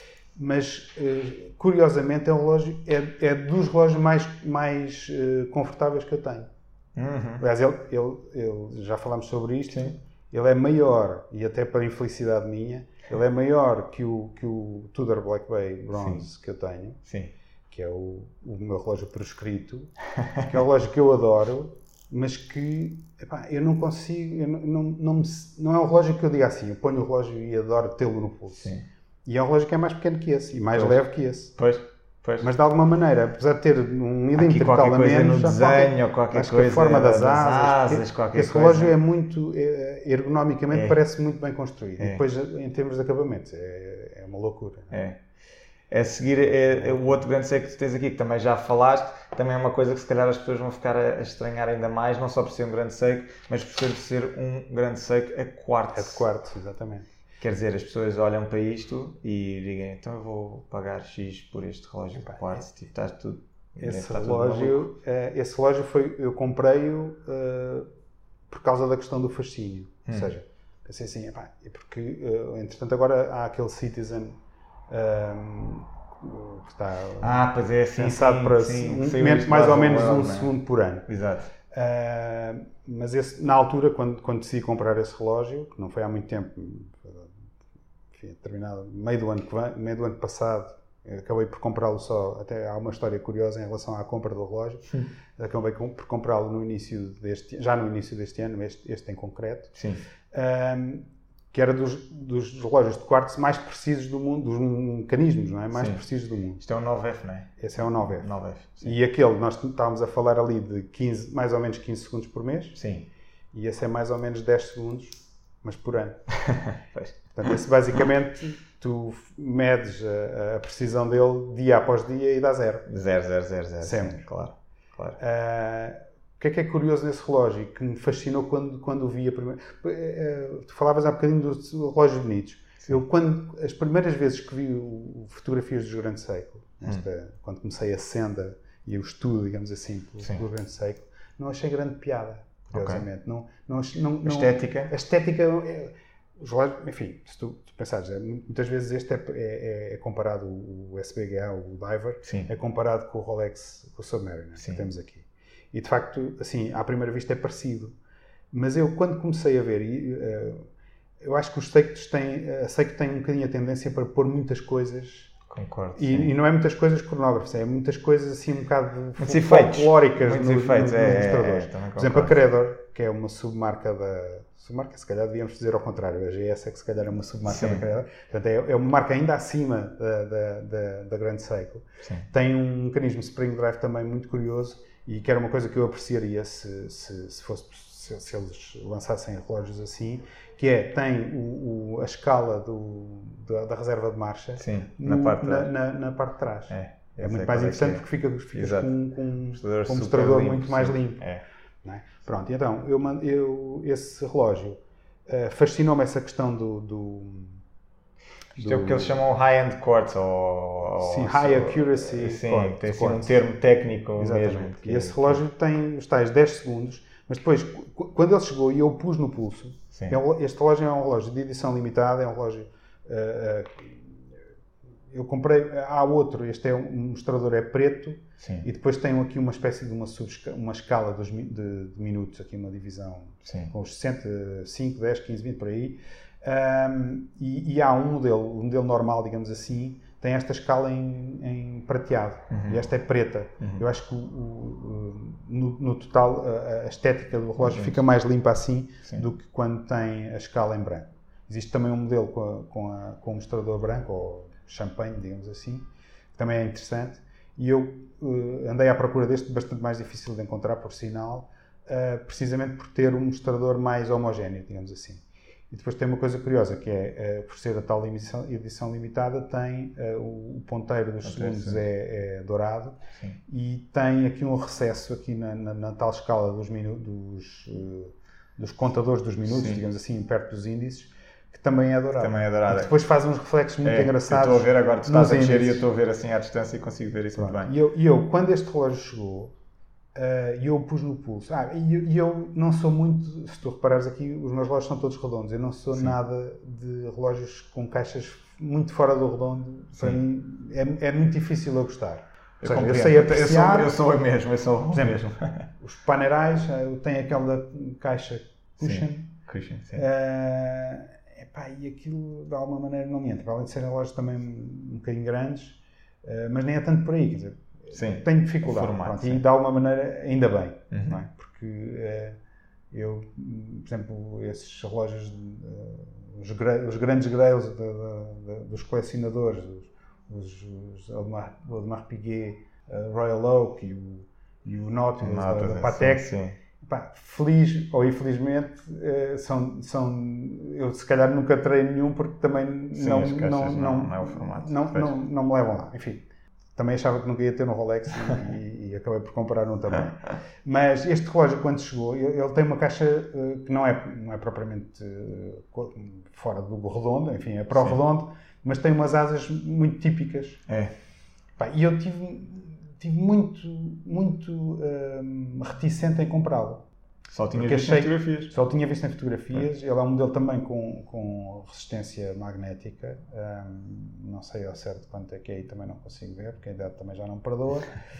Mas, curiosamente, é um relógio, é, é dos relógios mais, mais uh, confortáveis que eu tenho. Uhum. Aliás, ele, ele, ele, já falámos sobre isto. Sim. Ele é maior, e até para infelicidade minha, ele é maior que o, que o Tudor Black Bay Bronze Sim. que eu tenho. Sim. Que é o, o meu relógio prescrito, que é um relógio que eu adoro, mas que epá, eu não consigo, eu não, não, não, me, não é um relógio que eu diga assim, eu ponho o relógio e adoro tê-lo no pulso. Sim. E é um relógio que é mais pequeno que esse, e mais pois. leve que esse. Pois, pois. Mas de alguma maneira, apesar de ter um milímetro de tal a menos, no desenho, ou qualquer acho coisa, que a forma das, das asas, asas qualquer esse coisa. relógio é muito, é, ergonomicamente é. parece muito bem construído. É. E depois, em termos de acabamentos, é, é uma loucura. É. A seguir, é, é o outro grande seco que tu tens aqui, que também já falaste, também é uma coisa que se calhar as pessoas vão ficar a, a estranhar ainda mais, não só por ser um grande seco, mas por ser, por ser um grande seco a quartzo. É de quartzo, exatamente. Quer dizer, as pessoas olham para isto e digam, então eu vou pagar X por este relógio de quartzo, tipo, está tudo... Esse está relógio, tudo é, esse relógio foi, eu comprei-o uh, por causa da questão do fascínio. Hum. Ou seja, pensei assim, epá, porque, uh, entretanto, agora há aquele Citizen um, que está ah, pois é, sim, pensado sim, para sim, um, sim, menos, mais ou menos um é? segundo por ano. Exato. Uh, mas esse, na altura, quando, quando decidi comprar esse relógio, que não foi há muito tempo, enfim, terminado, meio do ano, meio do ano passado, acabei por comprá-lo só, até há uma história curiosa em relação à compra do relógio. Sim. Acabei por comprá-lo no início deste, já no início deste ano, este, este em concreto. Sim. Um, que era dos, dos relógios de quartzo mais precisos do mundo, dos mecanismos, não é? Mais sim. precisos do mundo. Isto é um nove F, não é? Esse é um nove F. nove F, sim. E aquele, nós estávamos a falar ali de quinze, mais ou menos quinze segundos por mês. Sim. E esse é mais ou menos dez segundos, mas por ano. Portanto, esse basicamente, tu medes a, a precisão dele dia após dia e dá zero. Zero, zero, zero, zero. Sempre. Sim, claro, claro. Uh, o que é que é curioso nesse relógio, que me fascinou quando, quando o vi a primeira... Uh, tu falavas há bocadinho dos relógios bonitos. Sim. Eu, quando, as primeiras vezes que vi o, fotografias do Grande Seiko, esta, hum. quando comecei a senda e o estudo, digamos assim, do Grande Seiko, não achei grande piada, curiosamente. Okay. Não, não, não, não, estética? A estética... É, os relógios, enfim, se tu, tu pensares, é, muitas vezes este é, é, é comparado, o S B G A, o Diver, Sim. é comparado com o Rolex, com o Submariner, Sim. que temos aqui. E de facto, assim, à primeira vista é parecido. Mas eu, quando comecei a ver, e, uh, eu acho que os Seikos têm, a Seiko tem um bocadinho a tendência para pôr muitas coisas. Concordo. E, e não é muitas coisas cronógrafas, é muitas coisas assim um bocado folclóricas no, efeitos, no, é, nos mostradores. É, é, Por exemplo, a Credor, que é uma submarca da... Submarca, se calhar devíamos dizer ao contrário, a G S é que se calhar é uma submarca Sim. da Credor. Portanto, é, é uma marca ainda acima da, da, da, da Grande Seiko. Sim. Tem um mecanismo Spring Drive também muito curioso e que era uma coisa que eu apreciaria se, se, se, fosse, se, se eles lançassem relógios assim, que é, tem o, o, a escala do, da, da reserva de marcha Sim, no, na, parte na, na, na parte de trás. É, é muito mais interessante é. porque fica, ficas Exato. com, com um mostrador, com um mostrador limpo, muito mais sim. limpo. É. Não é? Pronto, então, eu, eu, esse relógio uh, fascinou-me essa questão do... do Isto do... é o que eles chamam high-end quartz, ou... Sim, high accuracy Sim, quartz, tem assim um termo técnico Exatamente. mesmo. E esse relógio que... tem os tais dez segundos, mas depois, quando ele chegou e eu o pus no pulso, é, este relógio é um relógio de edição limitada, é um relógio... Uh, uh, eu comprei, há outro, este é um, um mostrador é preto, Sim. e depois tem aqui uma espécie de uma, uma escala de, de, de minutos, aqui uma divisão Sim. com os sessenta, cinco, dez, quinze, vinte por aí, um, e, e há um modelo, um modelo normal, digamos assim, tem esta escala em, em prateado, uhum. e esta é preta. Uhum. Eu acho que o, o, no, no total a, a estética do relógio uhum. fica mais limpa assim Sim. do que quando tem a escala em branco. Existe também um modelo com, a, com, a, com o mostrador branco, ou champanhe, digamos assim, que também é interessante. E eu uh, andei à procura deste, bastante mais difícil de encontrar, por sinal, uh, precisamente por ter um mostrador mais homogéneo, digamos assim. E depois tem uma coisa curiosa, que é, uh, por ser a tal edição, edição limitada, tem uh, o ponteiro dos segundos é, é dourado Sim. e tem aqui um recesso aqui na, na, na tal escala dos, minu- dos, uh, dos contadores dos minutos, Sim. digamos assim, perto dos índices, que também é dourado. Também é dourado. E depois faz uns reflexos muito é, engraçados. Eu estou a ver agora, tu estás a mexer e eu estou a ver assim à distância e consigo ver isso Pronto. muito bem. E eu, e eu, quando este relógio chegou, Uh, e eu o pus no pulso. Ah, e eu, eu não sou muito, se tu reparares aqui, os meus relógios são todos redondos. Eu não sou Sim. nada de relógios com caixas muito fora do redondo. Para Sim. mim é, é muito difícil eu gostar. Eu, seja, eu sei apreciar. Eu sou, eu sou o mesmo. Eu sou o mesmo. Os Panerais, eu tenho aquela caixa cushion. Sim. Cushion, sim. Uh, epá, e aquilo de alguma maneira não me entra. Para além de serem relógios também um bocadinho grandes, uh, mas nem é tanto por aí. Quer dizer, Sim, tenho dificuldade, formato, pronto, e de alguma maneira ainda bem, uhum. não é? Porque uh, eu, por exemplo, esses relógios, uh, os, gra- os grandes grails de, de, de, dos colecionadores, os, os, os Audemars, Audemars Piguet, uh, Royal Oak e o, e o Nautilus da, da Patek, sim, sim. Epá, feliz ou infelizmente, uh, são, são, eu se calhar nunca terei nenhum porque também sim, não, as não, não, não, não é o formato. Não, não, não me levam lá, enfim. Também achava que nunca ia ter um Rolex e, e, e acabei por comprar um também. Mas este relógio, quando chegou, ele, ele tem uma caixa uh, que não é, não é propriamente uh, fora do redondo, enfim, é para o redondo, mas tem umas asas muito típicas. É. Pá, e eu tive, tive muito, muito uh, reticente em comprá-lo. Só tinha visto em fotografias. Só tinha visto em fotografias. É. Ele é um modelo também com, com resistência magnética. Um, não sei ao certo quanto é que é aí, também não consigo ver, porque a idade também já não perdoa.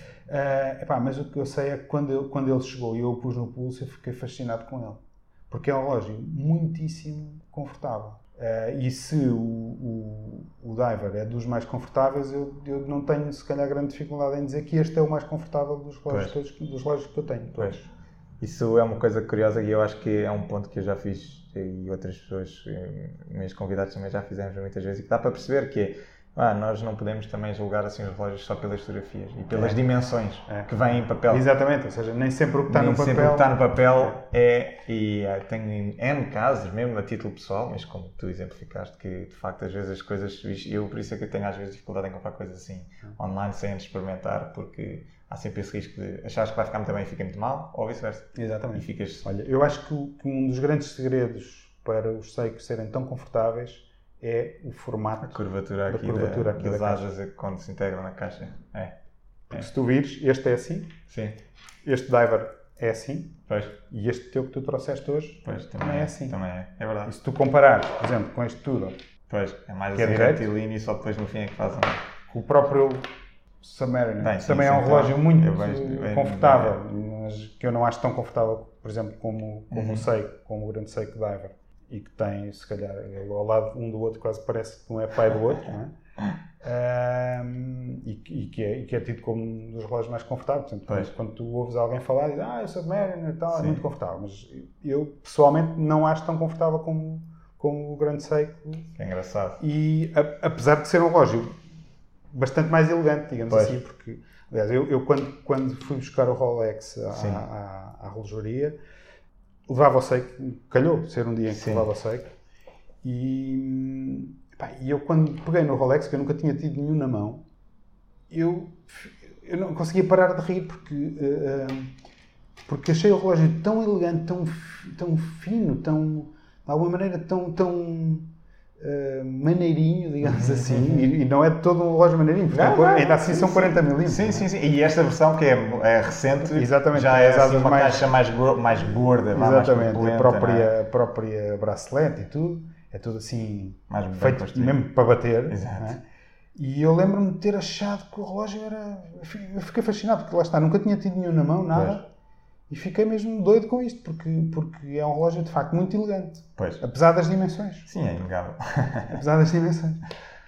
Uh, epá, mas o que eu sei é que quando, eu, quando ele chegou e eu o pus no pulso, eu fiquei fascinado com ele. Porque é um relógio muitíssimo confortável. Uh, e se o, o, o Diver é dos mais confortáveis, eu, eu não tenho, se calhar, grande dificuldade em dizer que este é o mais confortável dos relógios, todos, dos relógios que eu tenho. Pois. Isso é uma coisa curiosa e eu acho que é um ponto que eu já fiz e outras pessoas, meus convidados também já fizemos muitas vezes, e que dá para perceber que é, ah, nós não podemos também julgar assim os relógios só pelas fotografias e pelas é. dimensões é. que vêm em papel. Exatamente, ou seja, nem sempre o que está nem no papel... sempre o que está no papel é, e é, tenho N casos, mesmo a título pessoal, mas como tu exemplificaste, que de facto às vezes as coisas, eu por isso é que eu tenho às vezes dificuldade em comprar coisas assim online sem antes experimentar, porque há sempre esse risco de achares que vai ficar muito bem e fica muito mal, ou vice-versa. Exatamente. E ficas... Olha, eu acho que, que um dos grandes segredos para os Seiko serem tão confortáveis é o formato. A curvatura aqui, curvatura da, aqui das da asas quando se integram na caixa. É. Porque é. se tu vires, este é assim. Sim. Este Diver é assim. Pois. E este teu que tu trouxeste hoje pois, também, também é, é assim. Também é. É verdade. E se tu comparares, por exemplo, com este tudo. Pois, é mais que assim é retilíneo e só depois no fim é que fazem. O próprio Submariner Bem, sim, também sim, é um relógio claro. muito vejo, confortável, mas que eu não acho tão confortável, por exemplo, como, como uhum. o Seiko, como o grande Seiko Diver. E que tem, se calhar, ele ao lado um do outro quase parece que um é pai do outro, não é? Um, e, e, que é, e que é tido como um dos relógios mais confortáveis. Portanto, quando tu ouves alguém falar, diz, ah, eu sou Submariner e tal, sim. é muito confortável. Mas eu, pessoalmente, não acho tão confortável como, como o grande Seiko. É engraçado. E, a, apesar de ser um relógio bastante mais elegante, digamos pois. assim, porque, aliás, eu, eu quando, quando fui buscar o Rolex à, à, à relojoaria, levava o Seiko, calhou ser um dia em que Sim. levava o Seiko, e, pá, e eu quando peguei no Rolex, que eu nunca tinha tido nenhum na mão, eu, eu não conseguia parar de rir, porque, uh, porque achei o relógio tão elegante, tão, tão fino, tão, de alguma maneira tão, tão uh, maneirinho, digamos assim, e, e não é todo um relógio maneirinho, porque não, não, ainda assim sim, são quarenta milímetros. Sim, sim, sim, e esta versão que é, é recente, Exatamente, já é assim, uma mais, caixa mais, mais gorda, exatamente, mais a própria, é? a própria bracelete e tudo, é tudo assim, mais feito mesmo para bater. Exato. É? E eu lembro-me de ter achado que o relógio era... Eu fiquei fascinado, porque lá está, nunca tinha tido nenhum na mão, nada. Pois. E fiquei mesmo doido com isto, porque, porque é um relógio de facto muito elegante. Pois. Apesar das dimensões. Sim, é inegável. Apesar das dimensões.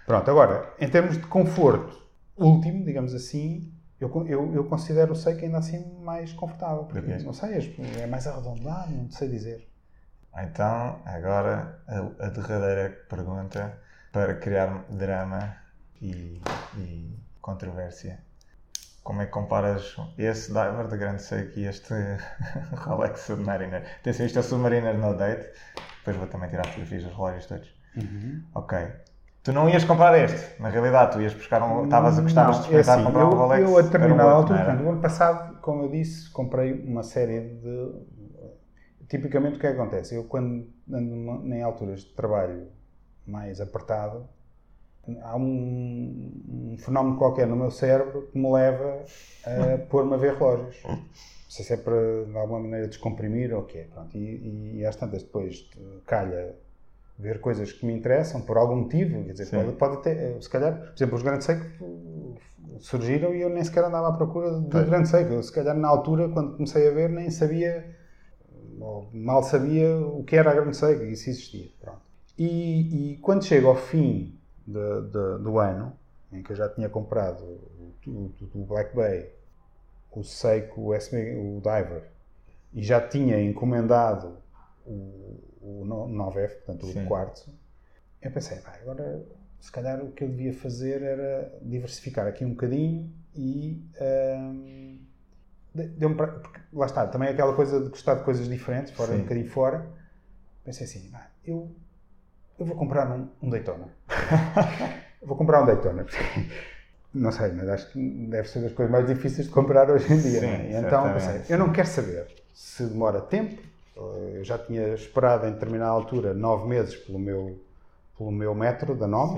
Pronto, agora, em termos de conforto último, digamos assim, eu, eu, eu considero o Seiko ainda assim mais confortável. Porque, okay. Não sei, é mais arredondado, não sei dizer. Então, agora, a, a derradeira pergunta para criar drama e, e controvérsia. Como é que comparas esse diver de grande Seiko e este Rolex Submariner? Atenção, isto é o Submariner no date. Depois vou também tirar fotografias dos relógios todos. Uhum. Ok. Tu não ias comprar este, na realidade, tu ias buscar um. Estavas a gostavas de experimentar é assim, comprar eu, um Rolex. Eu, a determinada um altura, portanto, o ano passado, como eu disse, comprei uma série de. Tipicamente, o que é que acontece? Eu, quando ando em alturas de trabalho mais apertado, há um, um fenómeno qualquer no meu cérebro que me leva a pôr-me a ver relógios. Não sei se é para, de alguma maneira, descomprimir ou o quê. Pronto, e, e às tantas depois calha ver coisas que me interessam por algum motivo. Quer dizer, pode, pode ter, se calhar, por exemplo, os Grande Seiko surgiram e eu nem sequer andava à procura de pois. Grande Seiko. Eu, se calhar, na altura, quando comecei a ver, nem sabia, ou mal sabia o que era a Grande Seiko, e isso existia. Pronto. E, e quando chego ao fim de, de, do ano, em que eu já tinha comprado o, o, o Black Bay, o Seiko, o, o Diver, e já tinha encomendado o, o nove F, portanto Sim. o quartzo, eu pensei, pá, agora se calhar o que eu devia fazer era diversificar aqui um bocadinho e um, deu-me para, porque lá está, também aquela coisa de gostar de coisas diferentes, fora Sim. um bocadinho fora, pensei assim, pá, eu, eu vou comprar um, um Daytona. Vou comprar um Daytona. Não sei, mas acho que deve ser das coisas mais difíceis de comprar hoje em dia. Sim, né? E então pensei, eu não quero saber se demora tempo. Eu já tinha esperado em determinada altura nove meses pelo meu, pelo meu metro da nove.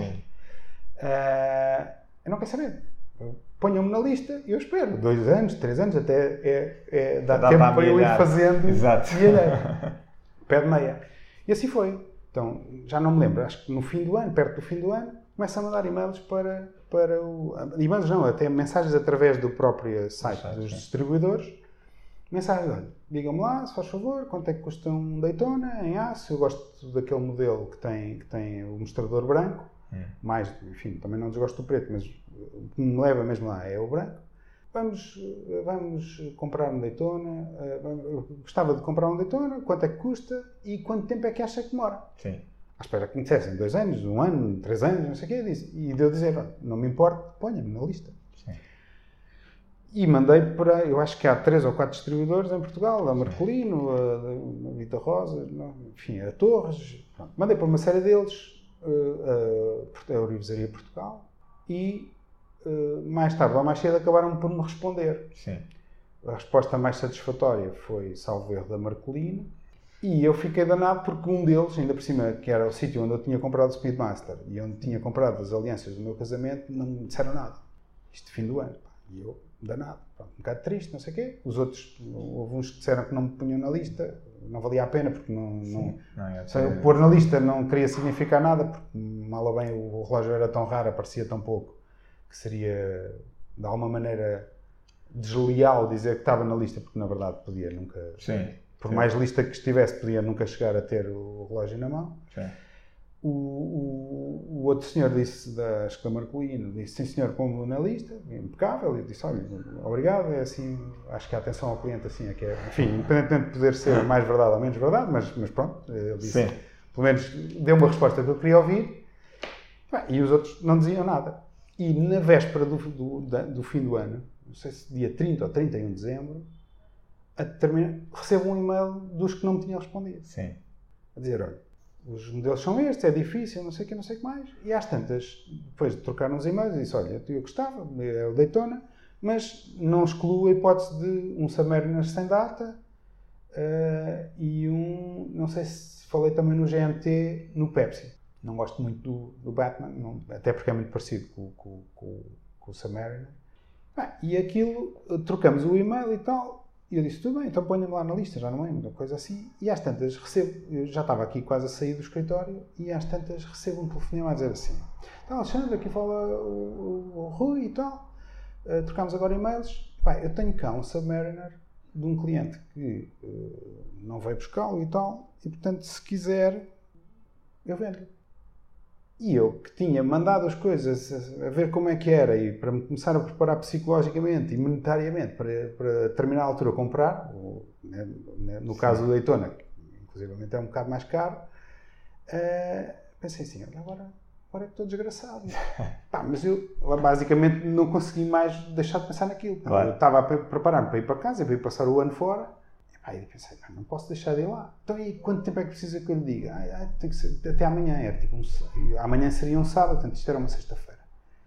Uh, eu não quero saber. Ponham-me na lista e eu espero. Dois anos, três anos, até é, é, dá, dá tempo para, para eu ir fazendo. Exato. Pé de meia. E assim foi. Então, já não me lembro. Acho que no fim do ano, perto do fim do ano, começo a mandar e-mails para, para o... E-mails não, até mensagens através do próprio site Exato, dos sim. distribuidores. Mensagens, olha, digam-me lá, se faz favor, quanto é que custa um Daytona em aço. Eu gosto daquele modelo que tem, que tem o mostrador branco. Hum. Mais, enfim, também não desgosto do preto, mas o que me leva mesmo lá é o branco. Vamos, vamos comprar um Daytona. Eu gostava de comprar um Daytona, quanto é que custa e quanto tempo é que acha que demora? Sim. À espera que me dissessem dois anos, um ano, três anos, não sei o quê. Disse. E de eu dizer, não me importa, ponha-me na lista. Sim. E mandei para, eu acho que há três ou quatro distribuidores em Portugal, a Marcolino, a, a Vita Rosa, não, enfim, a Torres. Pronto. Mandei para uma série deles, a, a Orivesaria Portugal, e mais tarde ou mais cedo acabaram por me responder. Sim. A resposta mais satisfatória foi, salvo erro, da Marcolino, e eu fiquei danado porque um deles, ainda por cima, que era o sítio onde eu tinha comprado o Speedmaster e onde tinha comprado as alianças do meu casamento, não me disseram nada. Isto fim do ano. Pá. E eu, danado. Pronto, um bocado triste, não sei o quê. Os outros, houve uns que disseram que não me punham na lista, não valia a pena, porque não... não, não é, sei, é... pôr na lista não queria significar nada, porque mal ou bem o relógio era tão raro, aparecia tão pouco, que seria, de alguma maneira, desleal dizer que estava na lista, porque na verdade podia nunca... Sim. Por Sim. mais lista que estivesse, podia nunca chegar a ter o relógio na mão. Sim. O, o, o outro senhor disse, da, acho que da Marcolino, disse, sim senhor, pomos-lo na lista, impecável, e disse, olha, obrigado, é assim, acho que a atenção ao cliente assim é que é, enfim, independentemente de poder ser mais verdade ou menos verdade, mas, mas pronto, ele disse, sim. pelo menos deu uma resposta que eu queria ouvir, e os outros não diziam nada. E na véspera do, do, do fim do ano, não sei se dia trinta ou trinta e um de dezembro, a terminar, recebo um e-mail dos que não me tinham respondido. Sim. A dizer, olha, os modelos são estes, é difícil, não sei o que, não sei o que mais. E às tantas, depois de trocar uns e-mails, eu disse, olha, eu gostava, é o Daytona, mas não excluo a hipótese de um Submariner sem data uh, e um, não sei se falei também no G M T, no Pepsi. Não gosto muito do, do Batman, não, até porque é muito parecido com, com, com, com o Submariner. Bem, e aquilo, trocamos o e-mail e tal. E eu disse, tudo bem, então ponha-me lá na lista, já não lembro, coisa assim. E às tantas recebo, eu já estava aqui quase a sair do escritório, e às tantas recebo um telefonema a dizer assim, então Alexandre, aqui fala o, o, o Rui e tal, uh, trocámos agora e-mails. Pai, eu tenho cá um Submariner de um cliente que uh, não veio buscá-lo e tal, e portanto, se quiser, eu vendo-lhe. E eu, que tinha mandado as coisas a ver como é que era e para me começar a preparar psicologicamente e monetariamente para, para terminar a altura comprar, ou, né, no Sim. caso do Daytona, que inclusive é um bocado mais caro, uh, pensei assim, agora, agora é que estou desgraçado. Pá, mas eu basicamente não consegui mais deixar de pensar naquilo. Claro. Eu estava a preparar-me para ir para casa, para ir passar o ano fora. Aí eu pensei, não posso deixar de ir lá. Então, e quanto tempo é que precisa que eu lhe diga? Ah, ah, tem que ser até amanhã. Era tipo um, amanhã seria um sábado, portanto isto era uma sexta-feira.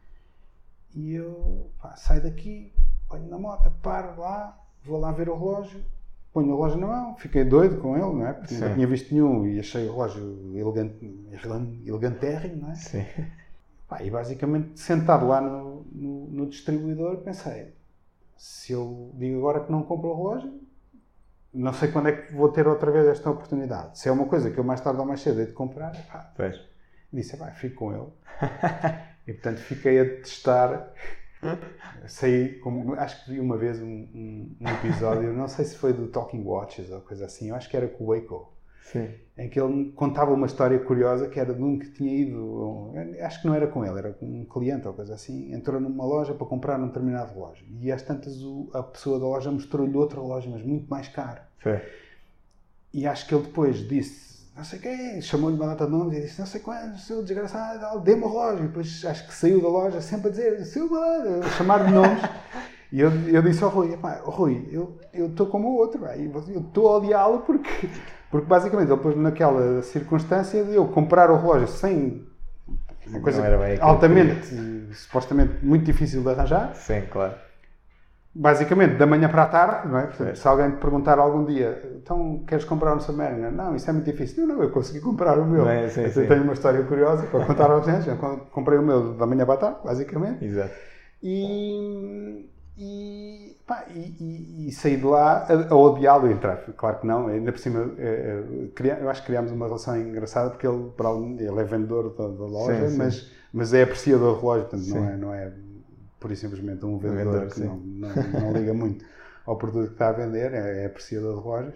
E eu pá, saio daqui, ponho na moto, paro lá, vou lá ver o relógio, ponho o relógio na mão, fiquei doido com ele, não é? Porque Sim. nunca tinha visto nenhum e achei o relógio elegante, elegantérrimo, não é? Sim. Pá, e basicamente, sentado lá no, no, no distribuidor, pensei, se eu digo agora que não compro o relógio, não sei quando é que vou ter outra vez esta oportunidade. Se é uma coisa que eu mais tarde ou mais cedo hei de comprar, pá, pois. Disse, pá, fico com ele. E portanto fiquei a testar. Saí, como, acho que vi uma vez um, um, um episódio, não sei se foi do Talking Watches ou coisa assim, eu acho que era com o Waco. Sim. Em que ele contava uma história curiosa que era de um que tinha ido, acho que não era com ele, era com um cliente ou coisa assim, entrou numa loja para comprar um determinado relógio e às tantas o, a pessoa da loja mostrou-lhe outro relógio, mas muito mais caro. Sim. E acho que ele depois disse, não sei quem, chamou-lhe uma data de nomes e disse, não sei quando, seu desgraçado, dê-me o relógio. E depois acho que saiu da loja sempre a dizer, seu malandro, a chamar-me nomes. E eu, eu disse ao Rui, oh, Rui, eu estou como o outro, eu estou a odiá-lo porque, porque basicamente ele pôs naquela circunstância de eu comprar o relógio sem uma coisa altamente, supostamente muito difícil de arranjar. Sim, claro. Basicamente, da manhã para a tarde, não é? Portanto, se alguém te perguntar algum dia, então, queres comprar um Submariner? Não, isso é muito difícil. Não, não, eu consegui comprar o meu. É, sim, eu sim. tenho uma história curiosa para contar aos gente. Comprei o meu da manhã para a tarde, basicamente. Exato. E, e, pá, e, e, e saí de lá a, a odiá-lo e entrar. Claro que não, ainda por cima, eu acho que criámos uma relação engraçada porque ele, ele é vendedor da, da loja, sim, mas, sim. mas é apreciador de relógio, portanto, não é, não é por isso simplesmente um vendedor, vendedor que não, não, não liga muito ao produto que está a vender, é, é apreciador de relógios.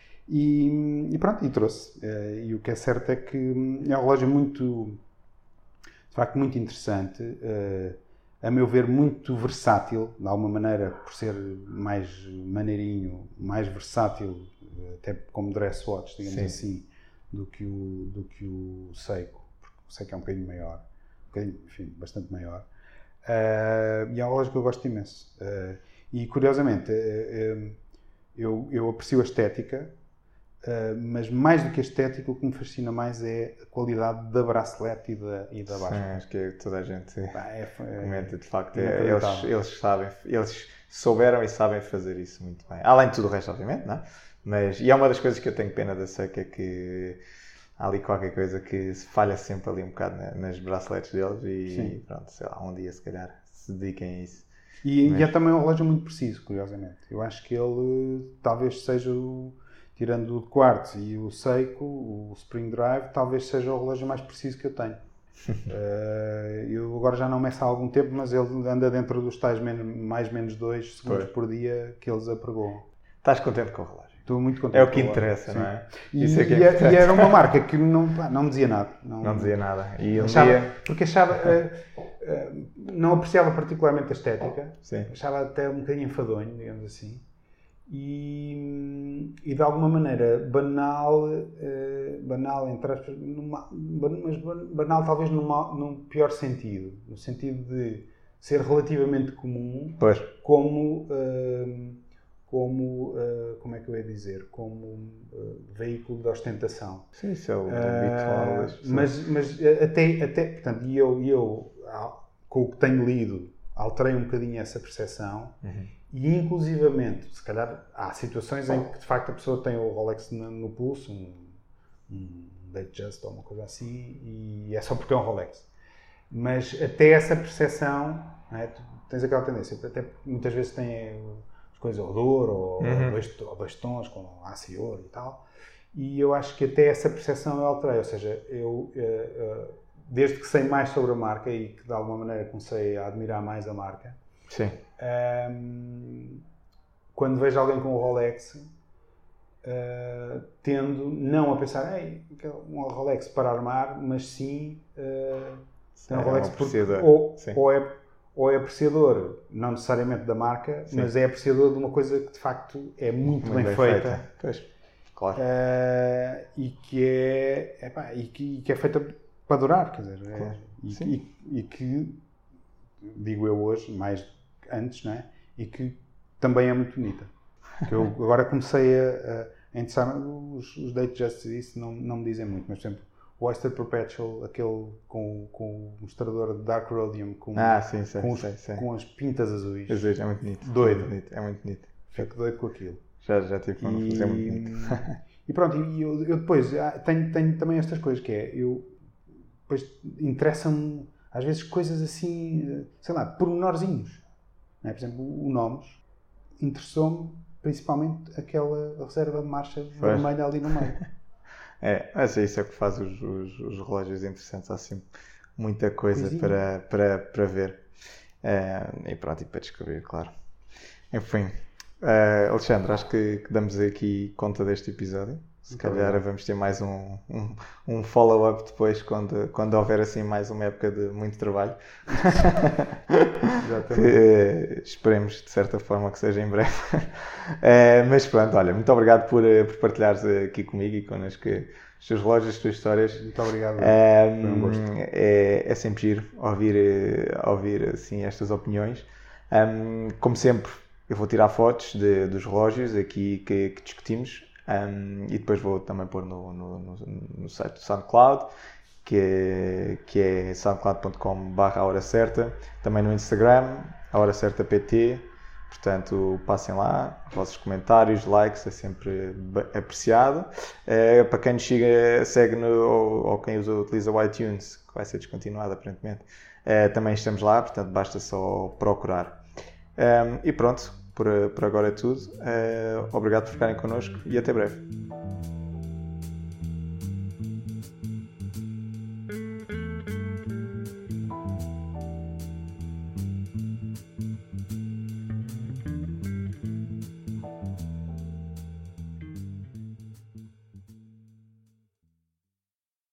E, e pronto, e trouxe. E o que é certo é que é um relógio muito, de facto, muito interessante. A meu ver, muito versátil, de alguma maneira, por ser mais maneirinho, mais versátil, até como dress watch, digamos Sim. assim, do que, o, do que o Seiko, porque o Seiko é um bocadinho maior, um bocadinho, enfim, bastante maior. Uh, e é um relógio que eu gosto imenso. Uh, e, curiosamente, uh, eu, eu aprecio a estética, Uh, mas mais do que a estética, o que me fascina mais é a qualidade da bracelete e da, e da baixa. Sim, acho que toda a gente bah, é, é, comenta, de facto, é, eles, eles sabem, eles souberam e sabem fazer isso muito bem. Além de tudo o resto, obviamente, não é? Mas, e é uma das coisas que eu tenho pena da Seiko, é que há ali qualquer coisa que se falha sempre ali um bocado na, nas braceletes deles e Sim. pronto, sei lá, um dia se calhar se dediquem a isso. E, mas... e é também um relógio muito preciso, curiosamente. Eu acho que ele talvez seja o... Tirando o de quartzo e o Seiko, o Spring Drive, talvez seja o relógio mais preciso que eu tenho. uh, eu agora já não meço há algum tempo, mas ele anda dentro dos tais menos, mais menos dois segundos Foi. por dia que eles apregoam. Estás contente com o relógio? Estou muito contente. É o que interessa, não é? E, Isso é que é e, e era uma marca que não, pá, não me dizia nada. Não, não dizia nada. E um achava, dia... Porque achava... Uh, uh, não apreciava particularmente a estética. Sim. Achava até um bocadinho enfadonho, digamos assim. E, e de alguma maneira banal, eh, banal entre aspas, numa, mas banal talvez numa, num pior sentido, no sentido de ser relativamente comum, pois. como, eh, como, eh, como é que eu ia dizer, como eh, veículo de ostentação. Sim, isso é o habitual. Uh, mas, mas até, até, portanto, e eu, eu, com o que tenho lido, alterei um bocadinho essa percepção. Uhum. E, inclusivamente, se calhar, há situações em que, de facto, a pessoa tem o Rolex no, no pulso, um, um Datejust ou uma coisa assim, e é só porque é um Rolex. Mas até essa percepção, não é? Tu tens aquela tendência, até muitas vezes tem as coisas ao dor, ou, uhum. dois, ou dois tons, com aço e ouro e tal, e eu acho que até essa percepção eu alterei, ou seja, eu, desde que sei mais sobre a marca e que, de alguma maneira, comecei a admirar mais a marca, Sim. Um, quando vejo alguém com o Rolex, uh, tendo não a pensar, ei, um Rolex para armar, mas sim uh, tem um Rolex é um por, ou, ou, é, ou é apreciador, não necessariamente da marca, sim. mas é apreciador de uma coisa que de facto é muito, muito bem, bem feita. feita. Pois, claro. Uh, e, que é, epá, e, que, e que é feita para durar, quer dizer, claro. é, e, e, e que, digo eu hoje, mais antes, não é? E que também é muito bonita. Que eu agora comecei a, a interessar, os, os Date Justice não, não me dizem muito, mas por exemplo, o Oyster Perpetual, aquele com, com o mostrador de Dark Rhodium, com, ah, sim, sei, com, os, sei, sei. com as pintas azuis. Azuis, é muito bonito. Doido. É muito bonito. É muito bonito. Fico doido com aquilo. Já, já tive para e, fazer muito bonito. E pronto, e eu, eu depois tenho, tenho também estas coisas, que é, eu depois interessam-me às vezes coisas assim, sei lá, pormenorzinhos. Não é? Por exemplo, o Nomes interessou-me principalmente aquela reserva de marcha pois. vermelha ali no meio. É, mas é isso é o que faz os, os, os relógios interessantes. Há sempre muita coisa para, para, para ver. Uh, e pronto, e para descobrir, claro. Enfim, uh, Alexandre, acho que, que damos aqui conta deste episódio. Se Muito calhar bem. vamos ter mais um, um, um follow-up depois, quando, quando houver assim mais uma época de muito trabalho. que, uh, esperemos, de certa forma, que seja em breve. uh, mas pronto, olha, muito obrigado por, uh, por partilhares aqui comigo e connosco os teus relógios, as tuas histórias. Muito obrigado. Uh, Foi um gosto. É, é sempre giro ouvir, uh, ouvir assim, estas opiniões. Um, como sempre, eu vou tirar fotos de, dos relógios aqui que, que discutimos. Um, e depois vou também pôr no, no, no, no site do SoundCloud, que é, que é soundcloud ponto com barra a hora certa, também no Instagram, a hora certa P T, portanto passem lá, os vossos comentários, likes, é sempre apreciado. É, para quem nos siga, segue no, ou, ou quem usa, utiliza o iTunes, que vai ser descontinuado aparentemente, é, também estamos lá, portanto basta só procurar. Um, e pronto. Por, por agora é tudo. Uh, obrigado por ficarem connosco e até breve.